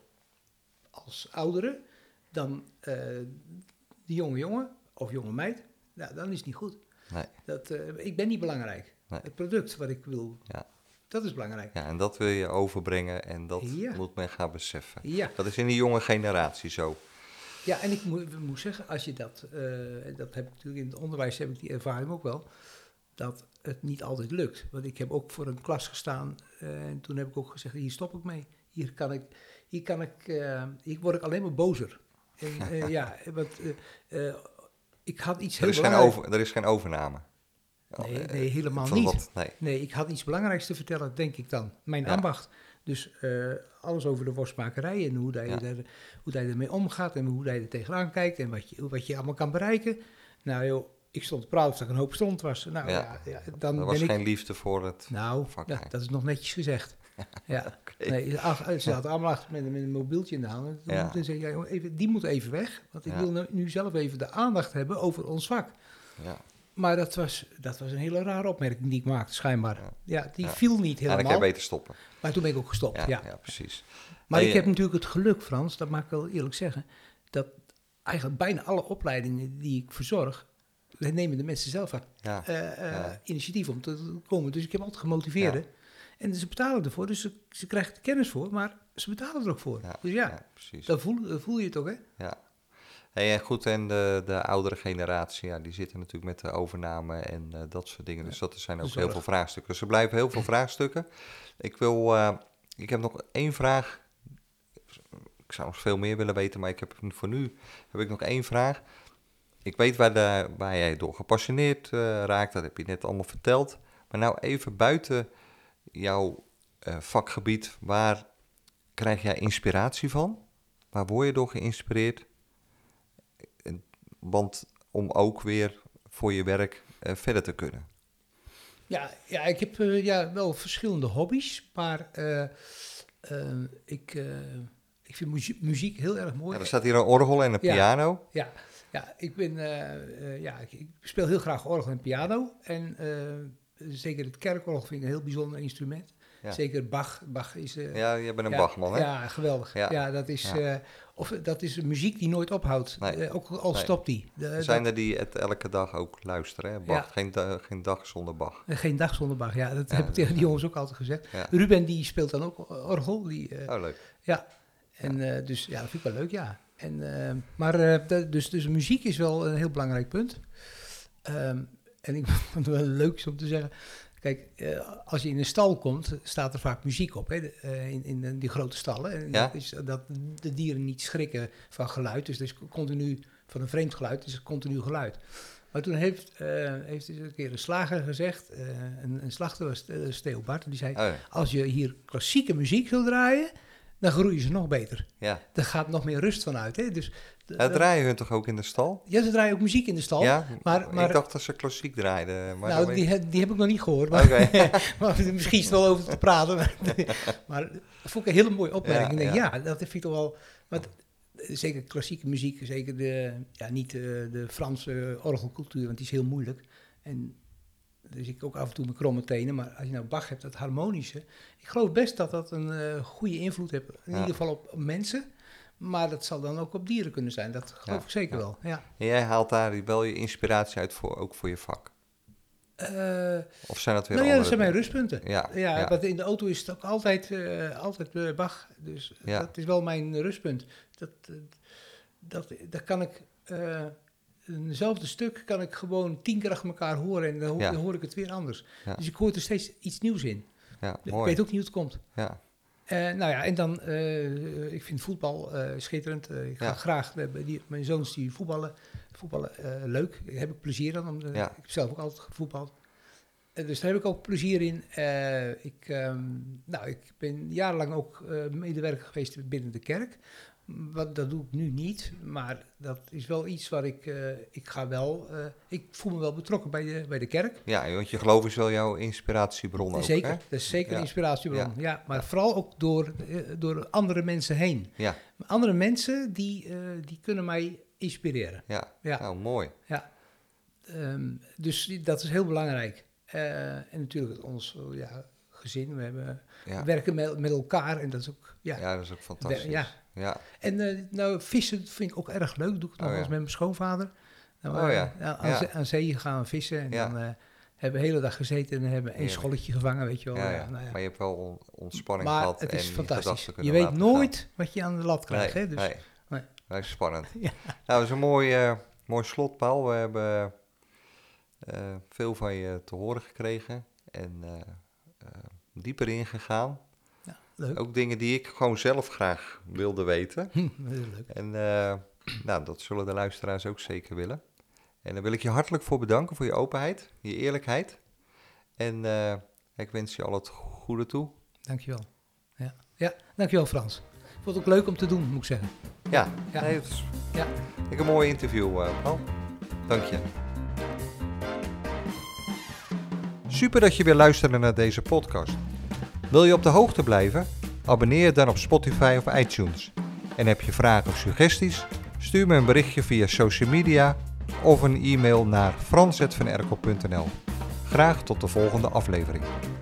als oudere, dan uh, die jonge jongen of jonge meid, nou, dan is het niet goed. Nee. Dat, uh, ik ben niet belangrijk. Nee. Het product wat ik wil, ja. dat is belangrijk. Ja, en dat wil je overbrengen en dat ja. moet men gaan beseffen. Ja. Dat is in de jonge generatie zo. Ja, en ik moet, moet zeggen, als je dat, uh, dat heb ik natuurlijk in het onderwijs, heb ik die ervaring ook wel, dat het niet altijd lukt. Want ik heb ook voor een klas gestaan uh, en toen heb ik ook gezegd, hier stop ik mee. Hier kan ik, hier kan ik, uh, hier word ik alleen maar bozer. En, uh, ja, want uh, uh, ik had iets heel er is belangrijks. Geen over, er is geen overname. Nee, nee helemaal Van niet. Wat, nee. nee, ik had iets belangrijks te vertellen, denk ik dan. Mijn ja. ambacht. Dus uh, alles over de worstmakerij en hoe hij ja. er, hoe ermee omgaat en hoe hij er tegenaan kijkt en wat je, wat je allemaal kan bereiken. Nou joh, ik stond te praten dat ik een hoop stond was. Nou, ja. Ja, ja, dan er was ben geen ik, liefde voor het nou, vak. Nou, dat is nog netjes gezegd. Ja. Okay. Nee, ach, ze hadden allemaal achter met, met een mobieltje in de hand. Toen ja. zei ik, ja, even, die moet even weg, want ik ja. wil nu, nu zelf even de aandacht hebben over ons vak. Ja. Maar dat was, dat was een hele rare opmerking die ik maakte, schijnbaar. Ja, ja die ja. viel niet helemaal. Ja, dan kan je beter stoppen. Maar toen ben ik ook gestopt, ja. Ja, ja precies. Maar hey, ik heb natuurlijk het geluk, Frans, dat mag ik wel eerlijk zeggen, dat eigenlijk bijna alle opleidingen die ik verzorg, nemen de mensen zelf ja. uh, uh, ja. initiatief om te komen. Dus ik heb altijd gemotiveerden. Ja. En ze betalen ervoor, dus ze, ze krijgen er kennis voor, maar ze betalen er ook voor. Ja, dus ja, ja precies. Dan voel, dan voel je het ook, hè? Ja. Hey, en goed, en de, de oudere generatie, ja, die zitten natuurlijk met de overname en uh, dat soort dingen. Dus dat zijn ook Zorg. heel veel vraagstukken. Dus er blijven heel veel vraagstukken. Ik wil, uh, ik heb nog één vraag. Ik zou nog veel meer willen weten, maar ik heb voor nu heb ik nog één vraag. Ik weet waar, de, waar jij door gepassioneerd uh, raakt, dat heb je net allemaal verteld. Maar nou even buiten jouw uh, vakgebied, waar krijg jij inspiratie van? Waar word je door geïnspireerd? Want om ook weer voor je werk uh, verder te kunnen. Ja, ja ik heb uh, ja, wel verschillende hobby's, maar uh, uh, ik, uh, ik vind muziek, muziek heel erg mooi. Ja, er staat hier een orgel en een ja, piano. Ja, ja, ik, ben, uh, uh, ja ik, ik speel heel graag orgel en piano. En uh, zeker het kerkorgel vind ik een heel bijzonder instrument. Ja. Zeker Bach. Bach is, uh, ja, je bent een ja, Bachman, hè? Ja, geweldig. Ja, ja dat is... Ja. Uh, Of dat is muziek die nooit ophoudt, nee, uh, ook al nee. stopt die. De, er zijn dat, er die het elke dag ook luisteren, hè? Bach, ja. geen, da, geen dag zonder Bach. Geen dag zonder Bach, ja, dat ja, heb ik tegen die jongens ook altijd gezegd. Ja. Ruben die speelt dan ook orgel. Die, uh, oh, leuk. Ja, en ja. Uh, dus ja, dat vind ik wel leuk, ja. En, uh, maar uh, de, dus, dus muziek is wel een heel belangrijk punt. Um, en ik vond het wel leuk om te zeggen... Kijk, uh, als je in een stal komt, staat er vaak muziek op, hè, de, uh, in, in die grote stallen. En ja? dat is dat de dieren niet schrikken van geluid. Dus het is continu, van een vreemd geluid, is het continu geluid. Maar toen heeft, uh, heeft eens een keer een slager gezegd, uh, een, een slachter was uh, Theo Bart, die zei, oh ja. als je hier klassieke muziek wil draaien, dan groeien ze nog beter. Ja. Er gaat nog meer rust van uit. Hè? Dus, ja, draaien hun toch ook in de stal? Ja, ze draaien ook muziek in de stal. Ja, maar, maar, ik dacht dat ze klassiek draaiden. Maar nou, die, weet... die heb ik nog niet gehoord. Maar, okay. maar misschien is het wel over te praten. Maar, maar dat vond ik een hele mooie opmerking. Ja, ik denk, ja. ja, dat vind ik toch wel... Maar zeker klassieke muziek, zeker de, ja, niet de, de Franse orgelcultuur, want die is heel moeilijk. En dus ik ook af en toe met kromme tenen, maar als je nou Bach hebt, dat harmonische, ik geloof best dat dat een uh, goede invloed heeft, in ja. ieder geval op mensen, maar dat zal dan ook op dieren kunnen zijn, dat geloof ja, ik zeker ja. wel. Ja. En jij haalt daar wel je inspiratie uit, voor, ook voor je vak? Uh, of zijn dat weer nou andere... ja, dat zijn mijn rustpunten. Ja, ja, ja. Want in de auto is het ook altijd, uh, altijd uh, Bach, dus ja. dat is wel mijn rustpunt. Dat, uh, dat, dat kan ik... Uh, eenzelfde stuk kan ik gewoon tien keer achter elkaar horen en dan hoor, ja. dan hoor ik het weer anders. Ja. Dus ik hoor er steeds iets nieuws in. Ja, ik mooi. weet ook niet hoe het komt. Ja. Uh, nou ja, en dan, uh, ik vind voetbal uh, schitterend. Uh, ik ga ja. graag, uh, die, mijn zoons die voetballen, voetballen uh, leuk. Daar heb ik plezier aan. Uh, ja. Ik heb zelf ook altijd gevoetbald. Uh, dus daar heb ik ook plezier in. Uh, ik, um, nou, ik ben jarenlang ook uh, medewerker geweest binnen de kerk. Wat, dat doe ik nu niet, maar dat is wel iets waar ik, uh, ik ga wel, uh, ik voel me wel betrokken bij de, bij de kerk. Ja, want je geloof is wel jouw inspiratiebron ook, Zeker, hè? dat is zeker ja. een inspiratiebron, ja. ja maar ja. vooral ook door, uh, door andere mensen heen. Ja. Andere mensen, die, uh, die kunnen mij inspireren. Ja, ja. Nou, mooi. Ja, um, dus dat is heel belangrijk. Uh, en natuurlijk ons uh, ja, gezin, we, hebben, ja. we werken met, met elkaar en dat is ook... Ja, ja dat is ook fantastisch. We, ja. Ja. En uh, nou, vissen vind ik ook erg leuk. Doe ik nog oh, eens ja. met mijn schoonvader. Nou, oh, ja. uh, aan, ja. aan zee gaan we vissen. En ja. dan uh, hebben we de hele dag gezeten en hebben we één scholletje gevangen, weet je wel. Ja, ja. Ja, nou, ja. Maar je hebt wel ontspanning maar gehad. Het is en fantastisch. Je weet nooit gaan. wat je aan de lat krijgt. Nee, hè? Dus, nee. nee. Dat is spannend. ja. Nou, dat is een mooi, uh, mooi slot, Paul. We hebben uh, veel van je te horen gekregen. En uh, uh, dieper ingegaan. Ja, leuk. Ook dingen die ik gewoon zelf graag wilde weten. Hm, heel leuk. En uh, nou, dat zullen de luisteraars ook zeker willen. En daar wil ik je hartelijk voor bedanken, voor je openheid, je eerlijkheid. En uh, ik wens je al het goede toe. Dankjewel. Ja, ja dankjewel Frans. Ik vond het ook leuk om te doen, moet ik zeggen. Ja, ja. Nee, het is ja. Ik een mooi interview, uh, Paul. Dank je. Super dat je weer luisterde naar deze podcast. Wil je op de hoogte blijven? Abonneer je dan op Spotify of iTunes. En heb je vragen of suggesties? Stuur me een berichtje via social media of een e-mail naar frans apenstaartje van erkel punt n l. Graag tot de volgende aflevering.